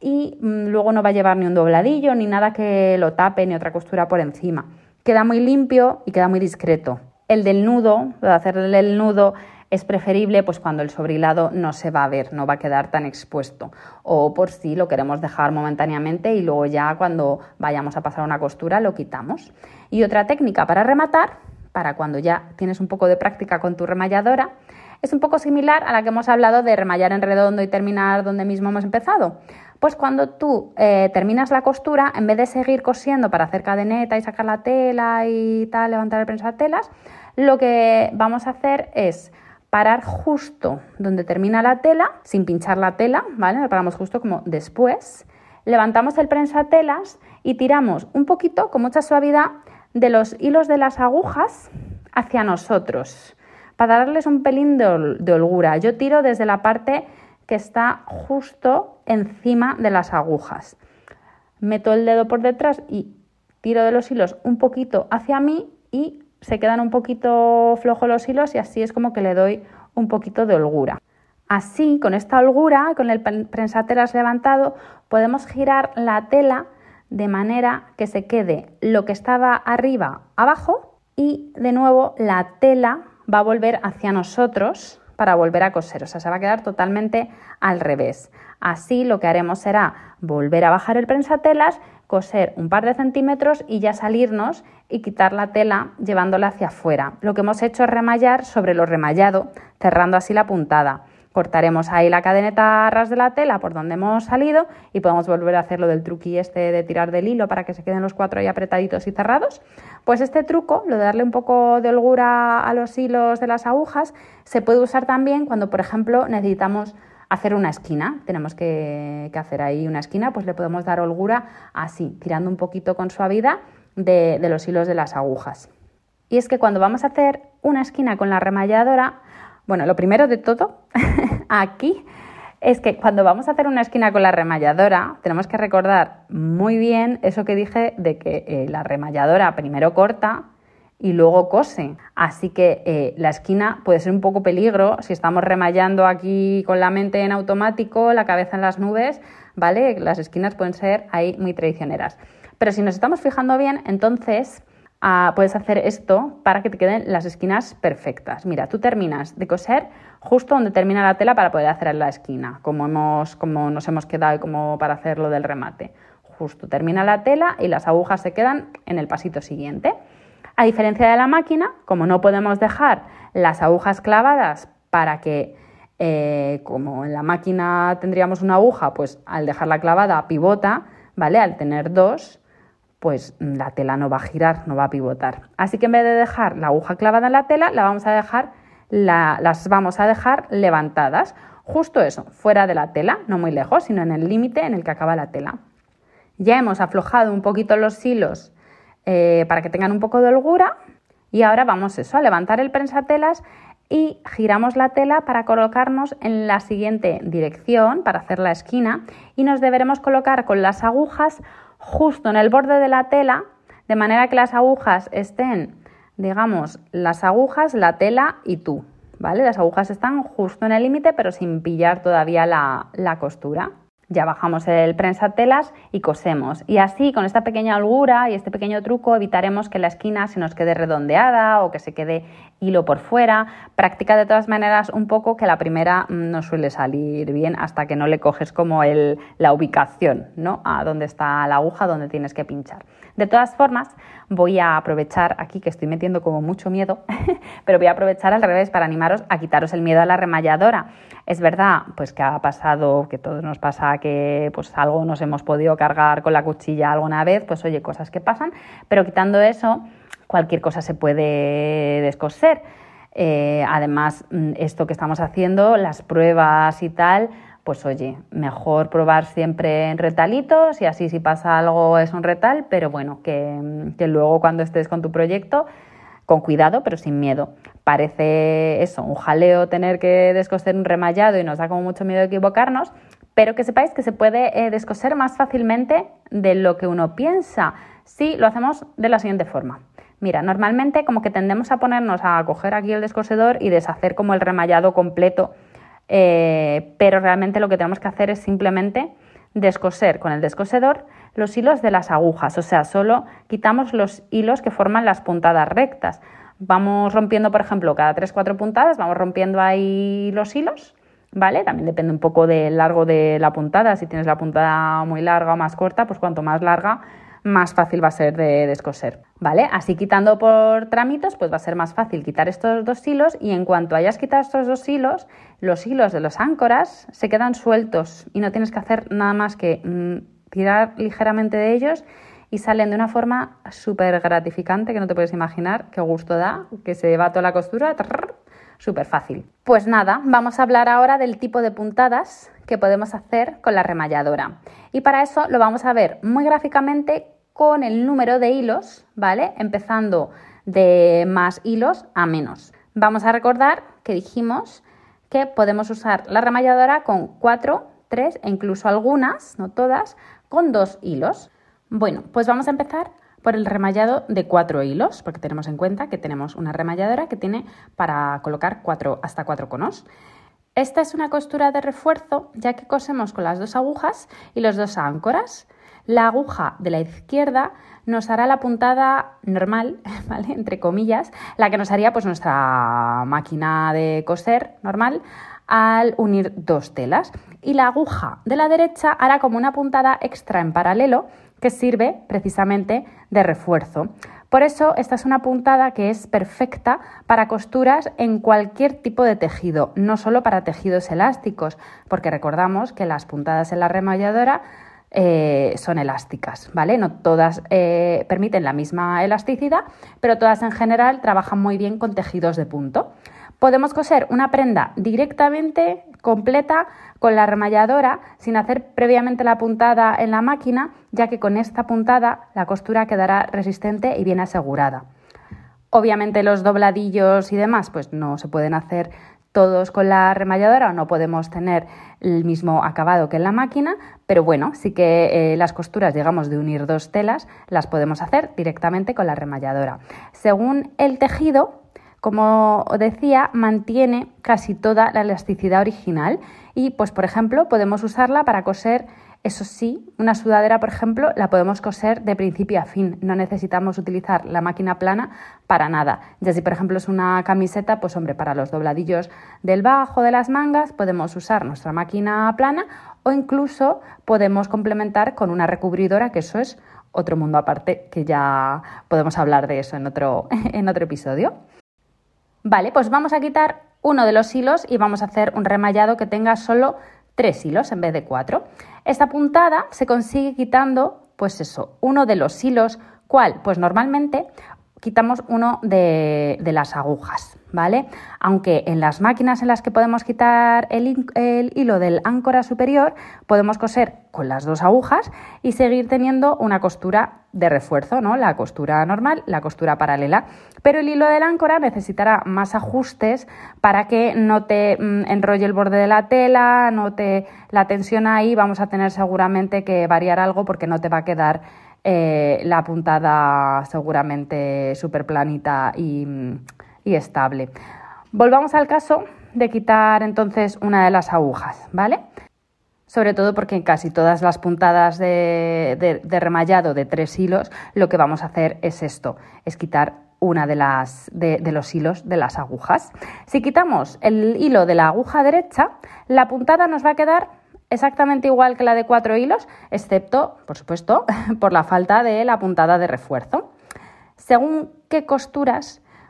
y mmm, luego no va a llevar ni un dobladillo ni nada que lo tape ni otra costura por encima. Queda muy limpio y queda muy discreto. El del nudo, de hacerle el nudo, es preferible pues, cuando el sobrehilado no se va a ver, no va a quedar tan expuesto. O por si lo queremos dejar momentáneamente y luego ya cuando vayamos a pasar una costura lo quitamos. Y otra técnica para rematar, para cuando ya tienes un poco de práctica con tu remalladora, es un poco similar a la que hemos hablado de remallar en redondo y terminar donde mismo hemos empezado. Pues cuando tú eh, terminas la costura, en vez de seguir cosiendo para hacer cadeneta y sacar la tela y tal, levantar el prensatelas, lo que vamos a hacer es parar justo donde termina la tela, sin pinchar la tela, ¿vale? Lo paramos justo como después, levantamos el prensatelas y tiramos un poquito, con mucha suavidad, de los hilos de las agujas hacia nosotros, para darles un pelín de, hol- de holgura. Yo tiro desde la parte que está justo encima de las agujas. Meto el dedo por detrás y tiro de los hilos un poquito hacia mí y se quedan un poquito flojos los hilos y así es como que le doy un poquito de holgura. Así, con esta holgura, con el prensatelas levantado, podemos girar la tela de manera que se quede lo que estaba arriba abajo y de nuevo la tela va a volver hacia nosotros para volver a coser, o sea, se va a quedar totalmente al revés. Así lo que haremos será volver a bajar el prensatelas, coser un par de centímetros y ya salirnos y quitar la tela llevándola hacia afuera. Lo que hemos hecho es remallar sobre lo remallado, cerrando así la puntada. Cortaremos ahí la cadeneta a ras de la tela por donde hemos salido y podemos volver a hacer lo del truqui este de tirar del hilo para que se queden los cuatro ahí apretaditos y cerrados. Pues este truco, lo de darle un poco de holgura a los hilos de las agujas, se puede usar también cuando, por ejemplo, necesitamos hacer una esquina. Tenemos que, que hacer ahí una esquina, pues le podemos dar holgura así, tirando un poquito con suavidad de, de los hilos de las agujas. Y es que cuando vamos a hacer una esquina con la remalladora, bueno, lo primero de todo, aquí, es que cuando vamos a hacer una esquina con la remalladora, tenemos que recordar muy bien eso que dije de que eh, la remalladora primero corta y luego cose. Así que eh, la esquina puede ser un poco peligro si estamos remallando aquí con la mente en automático, la cabeza en las nubes, ¿vale? Las esquinas pueden ser ahí muy traicioneras. Pero si nos estamos fijando bien, entonces Uh, puedes hacer esto para que te queden las esquinas perfectas. Mira, tú terminas de coser justo donde termina la tela para poder hacer la esquina, como, hemos, como nos hemos quedado y como para hacer lo del remate. Justo termina la tela y las agujas se quedan en el pasito siguiente. A diferencia de la máquina, como no podemos dejar las agujas clavadas para que, eh, como en la máquina tendríamos una aguja, pues al dejarla clavada pivota, ¿vale? Al tener dos, pues la tela no va a girar, no va a pivotar. Así que en vez de dejar la aguja clavada en la tela, la vamos a dejar, la, las vamos a dejar levantadas. Justo eso, fuera de la tela, no muy lejos, sino en el límite en el que acaba la tela. Ya hemos aflojado un poquito los hilos eh, para que tengan un poco de holgura y ahora vamos eso, a levantar el prensatelas y giramos la tela para colocarnos en la siguiente dirección para hacer la esquina y nos deberemos colocar con las agujas justo en el borde de la tela, de manera que las agujas estén, digamos, las agujas, la tela y tú, ¿vale? Las agujas están justo en el límite, pero sin pillar todavía la, la costura. Ya bajamos el prensatelas y cosemos. Y así, con esta pequeña holgura y este pequeño truco, evitaremos que la esquina se nos quede redondeada o que se quede hilo por fuera. Practica de todas maneras un poco, que la primera no suele salir bien hasta que no le coges como el, la ubicación, ¿no? A dónde está la aguja, dónde tienes que pinchar. De todas formas, voy a aprovechar aquí, que estoy metiendo como mucho miedo, pero voy a aprovechar al revés para animaros a quitaros el miedo a la remalladora. Es verdad, pues que ha pasado, que todo nos pasa pasa que pues algo nos hemos podido cargar con la cuchilla alguna vez, pues oye, cosas que pasan, pero quitando eso, cualquier cosa se puede descoser. Eh, además, esto que estamos haciendo, las pruebas y tal, pues oye, mejor probar siempre en retalitos y así si pasa algo es un retal, pero bueno, que, que luego cuando estés con tu proyecto, con cuidado pero sin miedo. Parece eso, un jaleo tener que descoser un remallado y nos da como mucho miedo equivocarnos, pero que sepáis que se puede eh, descoser más fácilmente de lo que uno piensa si lo hacemos de la siguiente forma. Mira, normalmente como que tendemos a ponernos a coger aquí el descosedor y deshacer como el remallado completo, eh, pero realmente lo que tenemos que hacer es simplemente descoser con el descosedor los hilos de las agujas, o sea, solo quitamos los hilos que forman las puntadas rectas. Vamos rompiendo, por ejemplo, cada tres cuatro puntadas, vamos rompiendo ahí los hilos, ¿vale? También depende un poco del largo de la puntada, si tienes la puntada muy larga o más corta, pues cuanto más larga, más fácil va a ser de descoser, ¿vale? Así quitando por tramitos, pues va a ser más fácil quitar estos dos hilos y en cuanto hayas quitado estos dos hilos, los hilos de los áncoras se quedan sueltos y no tienes que hacer nada más que mmm, tirar ligeramente de ellos y salen de una forma súper gratificante que no te puedes imaginar qué gusto da, que se va toda la costura, súper fácil. Pues nada, vamos a hablar ahora del tipo de puntadas que podemos hacer con la remalladora y para eso lo vamos a ver muy gráficamente con el número de hilos, ¿vale? Empezando de más hilos a menos. Vamos a recordar que dijimos que podemos usar la remalladora con cuatro, tres e incluso algunas, no todas, con dos hilos. Bueno, pues vamos a empezar por el remallado de cuatro hilos, porque tenemos en cuenta que tenemos una remalladora que tiene para colocar cuatro, hasta cuatro conos. Esta es una costura de refuerzo, ya que cosemos con las dos agujas y los dos áncoras. La aguja de la izquierda nos hará la puntada normal, ¿vale? Entre comillas, la que nos haría pues nuestra máquina de coser normal al unir dos telas. Y la aguja de la derecha hará como una puntada extra en paralelo que sirve precisamente de refuerzo. Por eso esta es una puntada que es perfecta para costuras en cualquier tipo de tejido, no solo para tejidos elásticos, porque recordamos que las puntadas en la remalladora Eh, son elásticas, ¿vale? No todas eh, permiten la misma elasticidad, pero todas en general trabajan muy bien con tejidos de punto. Podemos coser una prenda directamente completa con la remalladora sin hacer previamente la puntada en la máquina, ya que con esta puntada la costura quedará resistente y bien asegurada. Obviamente los dobladillos y demás pues no se pueden hacer todos con la remalladora o no podemos tener el mismo acabado que en la máquina, pero bueno, sí que eh, las costuras, digamos, de unir dos telas las podemos hacer directamente con la remalladora. Según el tejido, como decía, mantiene casi toda la elasticidad original y, pues, por ejemplo, podemos usarla para coser. Eso sí, una sudadera, por ejemplo, la podemos coser de principio a fin. No necesitamos utilizar la máquina plana para nada. Ya si, por ejemplo, es una camiseta, pues hombre, para los dobladillos del bajo de las mangas podemos usar nuestra máquina plana o incluso podemos complementar con una recubridora, que eso es otro mundo aparte, que ya podemos hablar de eso en otro, en otro episodio. Vale, pues vamos a quitar uno de los hilos y vamos a hacer un remallado que tenga solo tres hilos en vez de cuatro. Esta puntada se consigue quitando, pues eso, uno de los hilos. ¿Cuál? Pues normalmente quitamos uno de, de las agujas, ¿vale? Aunque en las máquinas en las que podemos quitar el, el hilo del áncora superior, podemos coser con las dos agujas y seguir teniendo una costura de refuerzo, ¿no? La costura normal, la costura paralela. Pero el hilo del áncora necesitará más ajustes para que no te mm, enrolle el borde de la tela, no te la tensión ahí. Vamos a tener seguramente que variar algo porque no te va a quedar Eh, la puntada seguramente súper planita y, y estable. Volvamos al caso de quitar entonces una de las agujas, ¿vale? Sobre todo porque en casi todas las puntadas de, de, de remallado de tres hilos lo que vamos a hacer es esto, es quitar una de, las, de, de los hilos de las agujas. Si quitamos el hilo de la aguja derecha, la puntada nos va a quedar exactamente igual que la de cuatro hilos, excepto, por supuesto, por la falta de la puntada de refuerzo. Según qué costuras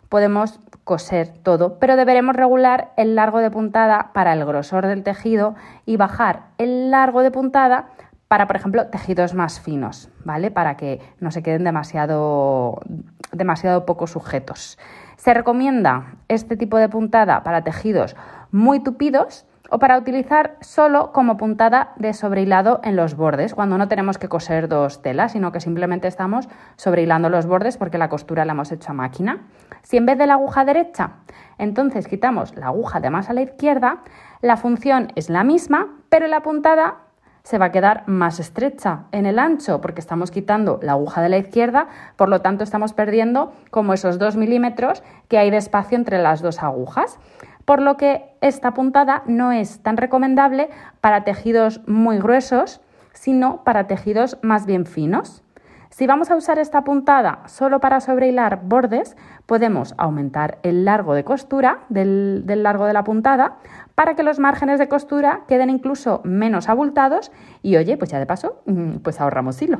podemos coser todo, pero deberemos regular el largo de puntada para el grosor del tejido y bajar el largo de puntada para, por ejemplo, tejidos más finos, ¿vale? Para que no se queden demasiado, demasiado poco sujetos. Se recomienda este tipo de puntada para tejidos muy tupidos o para utilizar solo como puntada de sobrehilado en los bordes, cuando no tenemos que coser dos telas, sino que simplemente estamos sobrehilando los bordes porque la costura la hemos hecho a máquina. Si en vez de la aguja derecha, entonces quitamos la aguja de más a la izquierda, la función es la misma, pero la puntada se va a quedar más estrecha en el ancho porque estamos quitando la aguja de la izquierda, por lo tanto estamos perdiendo como esos dos milímetros que hay de espacio entre las dos agujas. Por lo que esta puntada no es tan recomendable para tejidos muy gruesos, sino para tejidos más bien finos. Si vamos a usar esta puntada solo para sobrehilar bordes, podemos aumentar el largo de costura del, del largo de la puntada para que los márgenes de costura queden incluso menos abultados y, oye, pues ya de paso, pues ahorramos hilo.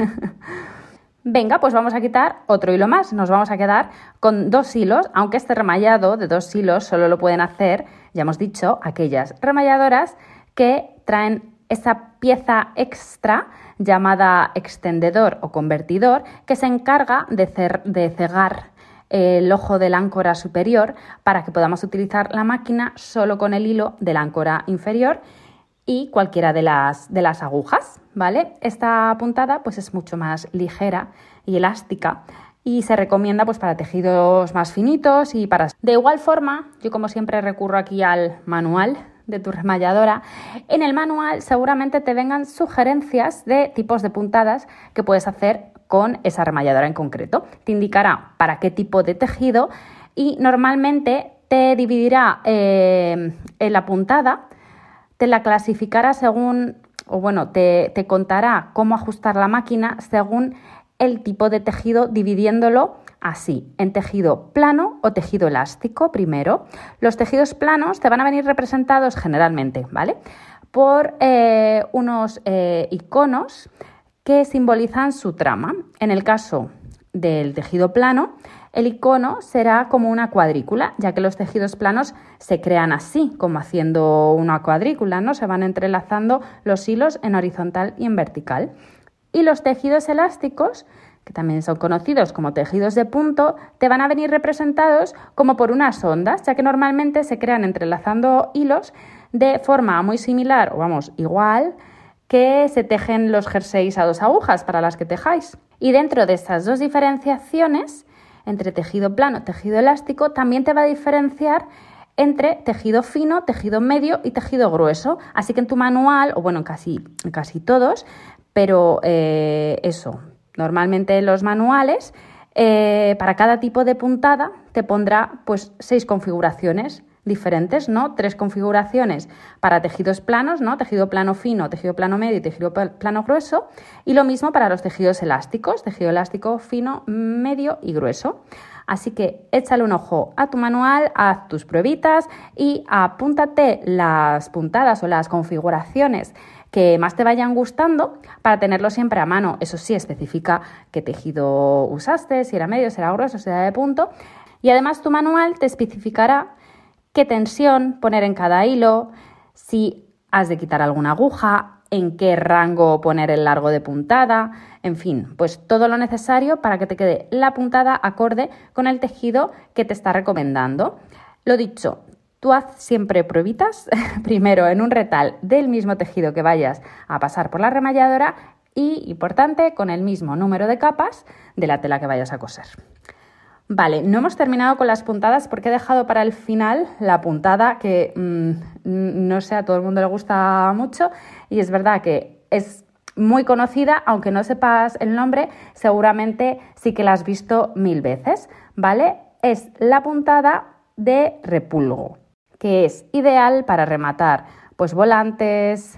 Venga, pues vamos a quitar otro hilo más. Nos vamos a quedar con dos hilos, aunque este remallado de dos hilos solo lo pueden hacer, ya hemos dicho, aquellas remalladoras que traen esa pieza extra llamada extendedor o convertidor que se encarga de, cer- de cegar el ojo del áncora superior para que podamos utilizar la máquina solo con el hilo del áncora inferior y cualquiera de las, de las agujas, ¿vale? Esta puntada pues es mucho más ligera y elástica y se recomienda pues para tejidos más finitos y para... De igual forma, yo como siempre recurro aquí al manual de tu remalladora. En el manual seguramente te vengan sugerencias de tipos de puntadas que puedes hacer con esa remalladora en concreto. Te indicará para qué tipo de tejido y normalmente te dividirá eh, en la puntada, te la clasificará según, o bueno, te, te contará cómo ajustar la máquina según el tipo de tejido, dividiéndolo así, en tejido plano o tejido elástico primero. Los tejidos planos te van a venir representados generalmente, ¿vale?, por eh, unos eh, iconos que simbolizan su trama. En el caso del tejido plano, el icono será como una cuadrícula, ya que los tejidos planos se crean así, como haciendo una cuadrícula, ¿no? Se van entrelazando los hilos en horizontal y en vertical. Y los tejidos elásticos, que también son conocidos como tejidos de punto, te van a venir representados como por unas ondas, ya que normalmente se crean entrelazando hilos de forma muy similar, o vamos, igual, que se tejen los jerseys a dos agujas para las que tejáis. Y dentro de estas dos diferenciaciones, entre tejido plano y tejido elástico, también te va a diferenciar entre tejido fino, tejido medio y tejido grueso. Así que en tu manual, o bueno, en casi, en casi todos, pero eh, eso, normalmente en los manuales, eh, para cada tipo de puntada te pondrá pues seis configuraciones diferentes, ¿no? Tres configuraciones para tejidos planos, ¿no? Tejido plano fino, tejido plano medio y tejido plano grueso. Y lo mismo para los tejidos elásticos, tejido elástico fino, medio y grueso. Así que échale un ojo a tu manual, haz tus pruebitas y apúntate las puntadas o las configuraciones que más te vayan gustando para tenerlo siempre a mano. Eso sí, especifica qué tejido usaste, si era medio, si era grueso, si era de punto. Y además tu manual te especificará qué tensión poner en cada hilo, si has de quitar alguna aguja, en qué rango poner el largo de puntada, en fin, pues todo lo necesario para que te quede la puntada acorde con el tejido que te está recomendando. Lo dicho, tú haz siempre pruebitas, primero en un retal del mismo tejido que vayas a pasar por la remalladora y, importante, con el mismo número de capas de la tela que vayas a coser. Vale, no hemos terminado con las puntadas porque he dejado para el final la puntada que mmm, no sé, a todo el mundo le gusta mucho y es verdad que es muy conocida, aunque no sepas el nombre, seguramente sí que la has visto mil veces, ¿vale? Es la puntada de repulgo, que es ideal para rematar pues volantes,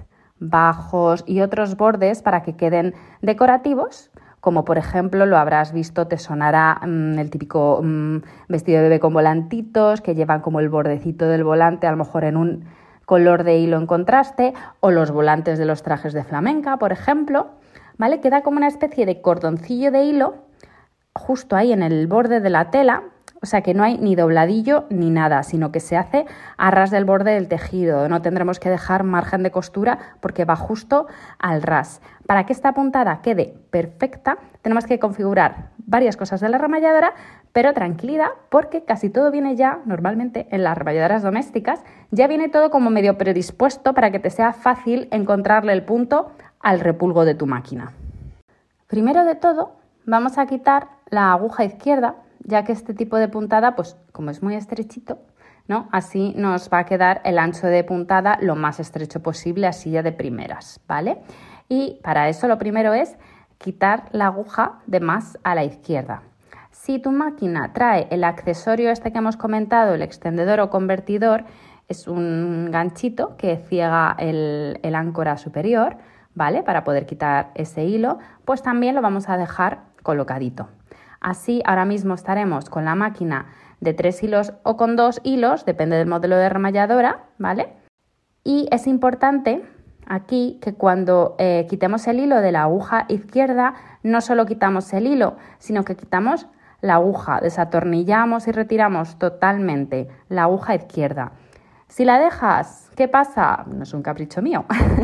bajos y otros bordes para que queden decorativos, como por ejemplo lo habrás visto, te sonará mmm, el típico mmm, vestido de bebé con volantitos que llevan como el bordecito del volante a lo mejor en un color de hilo en contraste, o los volantes de los trajes de flamenca, por ejemplo, ¿vale? Queda como una especie de cordoncillo de hilo justo ahí en el borde de la tela, O sea que no hay ni dobladillo ni nada, sino que se hace a ras del borde del tejido. No tendremos que dejar margen de costura porque va justo al ras. Para que esta puntada quede perfecta, tenemos que configurar varias cosas de la remalladora, pero tranquilidad porque casi todo viene ya, normalmente en las remalladoras domésticas, ya viene todo como medio predispuesto para que te sea fácil encontrarle el punto al repulgo de tu máquina. Primero de todo, vamos a quitar la aguja izquierda, ya que este tipo de puntada, pues como es muy estrechito, ¿no? Así nos va a quedar el ancho de puntada lo más estrecho posible, así ya de primeras, ¿vale? Y para eso lo primero es quitar la aguja de más a la izquierda. Si tu máquina trae el accesorio este que hemos comentado, el extendedor o convertidor, es un ganchito que ciega el, el áncora superior, ¿vale? Para poder quitar ese hilo, pues también lo vamos a dejar colocadito. Así ahora mismo estaremos con la máquina de tres hilos o con dos hilos, depende del modelo de remalladora, ¿vale? Y es importante aquí que cuando eh, quitemos el hilo de la aguja izquierda, no solo quitamos el hilo, sino que quitamos la aguja, desatornillamos y retiramos totalmente la aguja izquierda. Si la dejas, ¿qué pasa? No es un capricho mío,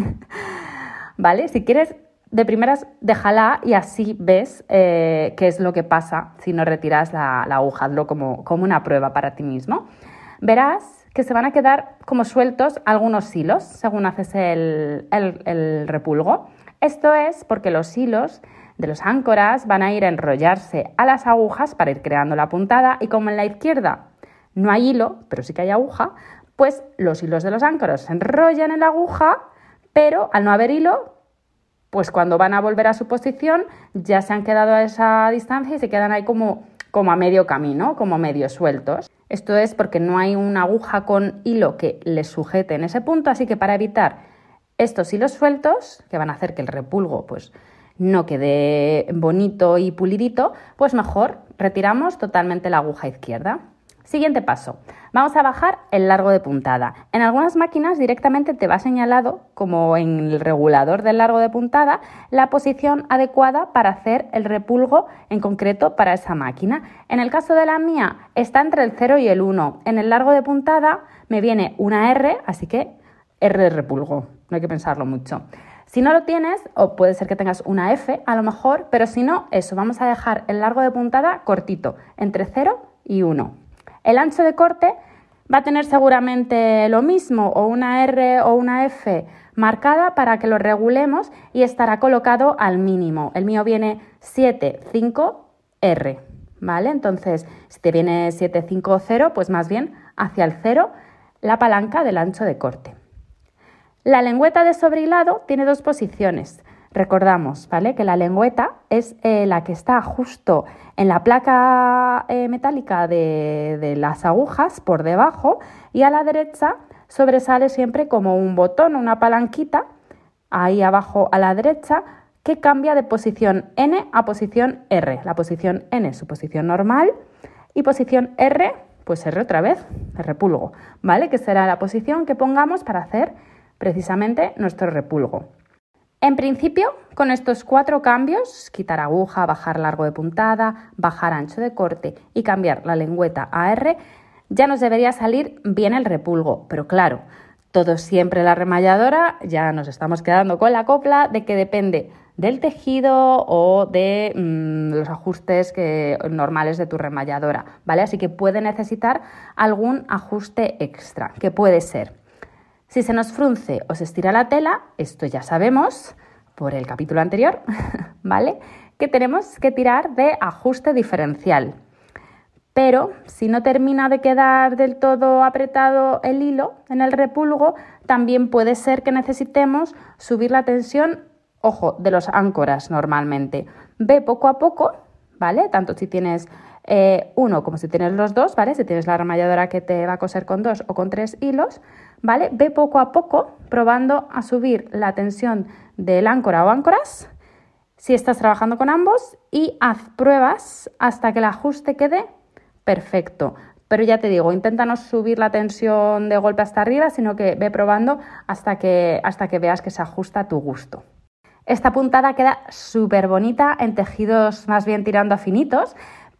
¿vale? Si quieres, de primeras, déjala y así ves eh, qué es lo que pasa si no retiras la, la aguja. Hazlo como, como una prueba para ti mismo. Verás que se van a quedar como sueltos algunos hilos según haces el, el, el repulgo. Esto es porque los hilos de los áncoras van a ir a enrollarse a las agujas para ir creando la puntada y como en la izquierda no hay hilo, pero sí que hay aguja, pues los hilos de los áncoras se enrollan en la aguja, pero al no haber hilo, pues cuando van a volver a su posición ya se han quedado a esa distancia y se quedan ahí como, como a medio camino, como medio sueltos. Esto es porque no hay una aguja con hilo que les sujete en ese punto, así que para evitar estos hilos sueltos, que van a hacer que el repulgo pues, no quede bonito y pulidito, pues mejor retiramos totalmente la aguja izquierda. Siguiente paso, vamos a bajar el largo de puntada. En algunas máquinas directamente te va señalado, como en el regulador del largo de puntada, la posición adecuada para hacer el repulgo en concreto para esa máquina. En el caso de la mía está entre el cero y el uno. En el largo de puntada me viene una R, así que R de repulgo, no hay que pensarlo mucho. Si no lo tienes, o puede ser que tengas una F a lo mejor, pero si no, eso, vamos a dejar el largo de puntada cortito, entre cero y uno. El ancho de corte va a tener seguramente lo mismo, o una R o una F marcada para que lo regulemos y estará colocado al mínimo. El mío viene siete cinco R, ¿vale? Entonces, si te viene siete cinco cero, pues más bien hacia el cero la palanca del ancho de corte. La lengüeta de sobrehilado tiene dos posiciones. Recordamos, ¿vale? Que la lengüeta es eh, la que está justo en la placa eh, metálica de, de las agujas por debajo y a la derecha sobresale siempre como un botón, una palanquita, ahí abajo a la derecha, que cambia de posición N a posición R. La posición N, su posición normal, y posición R, pues R otra vez, el repulgo, ¿vale? Que será la posición que pongamos para hacer precisamente nuestro repulgo. En principio, con estos cuatro cambios, quitar aguja, bajar largo de puntada, bajar ancho de corte y cambiar la lengüeta a R, ya nos debería salir bien el repulgo. Pero claro, todo siempre la remalladora, ya nos estamos quedando con la copla de que depende del tejido o de mmm, los ajustes que, normales de tu remalladora, ¿vale? Así que puede necesitar algún ajuste extra, que puede ser: si se nos frunce o se estira la tela, esto ya sabemos por el capítulo anterior, ¿vale? Que tenemos que tirar de ajuste diferencial. Pero si no termina de quedar del todo apretado el hilo en el repulgo, también puede ser que necesitemos subir la tensión, ojo, de los áncoras normalmente. Ve poco a poco, ¿vale? Tanto si tienes eh, uno como si tienes los dos, ¿vale? Si tienes la remalladora que te va a coser con dos o con tres hilos, ¿vale? Ve poco a poco probando a subir la tensión del áncora o áncoras si estás trabajando con ambos y haz pruebas hasta que el ajuste quede perfecto. Pero ya te digo, intenta no subir la tensión de golpe hasta arriba, sino que ve probando hasta que, hasta que veas que se ajusta a tu gusto. Esta puntada queda súper bonita en tejidos más bien tirando a finitos,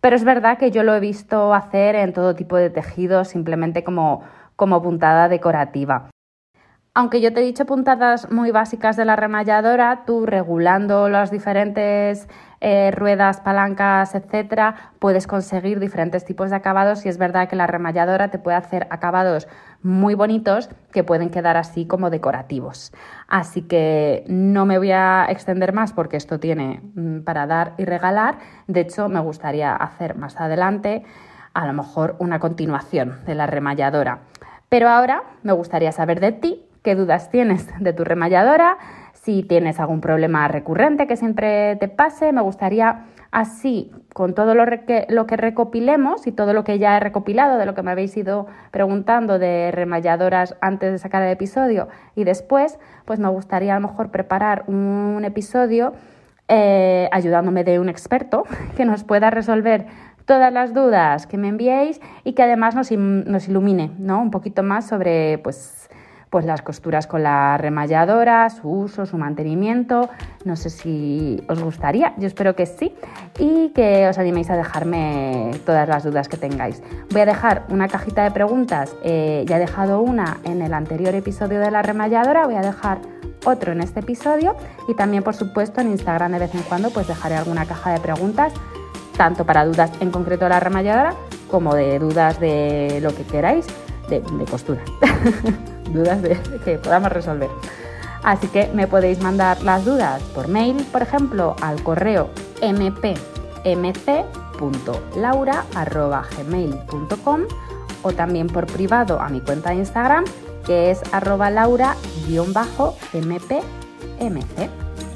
pero es verdad que yo lo he visto hacer en todo tipo de tejidos, simplemente como, como puntada decorativa. Aunque yo te he dicho puntadas muy básicas de la remalladora, tú regulando las diferentes eh, ruedas, palancas, etcétera, puedes conseguir diferentes tipos de acabados y es verdad que la remalladora te puede hacer acabados muy bonitos que pueden quedar así como decorativos. Así que no me voy a extender más porque esto tiene mm, para dar y regalar. De hecho, me gustaría hacer más adelante a lo mejor una continuación de la remalladora. Pero ahora me gustaría saber de ti. ¿Qué dudas tienes de tu remalladora? Si tienes algún problema recurrente que siempre te pase, me gustaría así, con todo lo, que, lo que recopilemos y todo lo que ya he recopilado de lo que me habéis ido preguntando de remalladoras antes de sacar el episodio y después, pues me gustaría a lo mejor preparar un episodio eh, ayudándome de un experto que nos pueda resolver todas las dudas que me enviéis y que además nos, nos ilumine, ¿no? Un poquito más sobre pues, pues las costuras con la remalladora, su uso, su mantenimiento. No sé si os gustaría, yo espero que sí y que os animéis a dejarme todas las dudas que tengáis. Voy a dejar una cajita de preguntas, eh, ya he dejado una en el anterior episodio de la remalladora, voy a dejar otro en este episodio y también por supuesto en Instagram de vez en cuando pues dejaré alguna caja de preguntas tanto para dudas en concreto de la remalladora como de dudas de lo que queráis de, de costura. dudas de, que podamos resolver. Así que me podéis mandar las dudas por mail, por ejemplo, al correo m p m c punto laura arroba gmail punto com o también por privado a mi cuenta de Instagram, que es arroba laura guión bajo m p m c.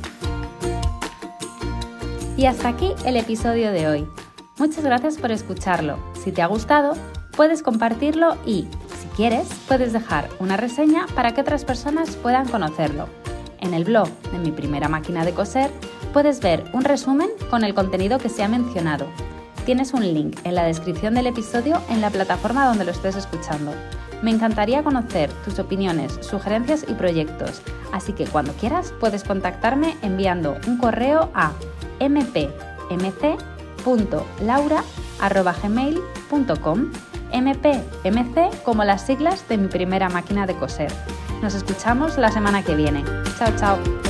Y hasta aquí el episodio de hoy. Muchas gracias por escucharlo. Si te ha gustado, puedes compartirlo y, si quieres, puedes dejar una reseña para que otras personas puedan conocerlo. En el blog de Mi Primera Máquina de Coser puedes ver un resumen con el contenido que se ha mencionado. Tienes un link en la descripción del episodio en la plataforma donde lo estés escuchando. Me encantaría conocer tus opiniones, sugerencias y proyectos, así que cuando quieras puedes contactarme enviando un correo a m p m c punto laura arroba gmail punto com. M P M C como las siglas de Mi Primera Máquina de Coser. Nos escuchamos la semana que viene. Chao, chao.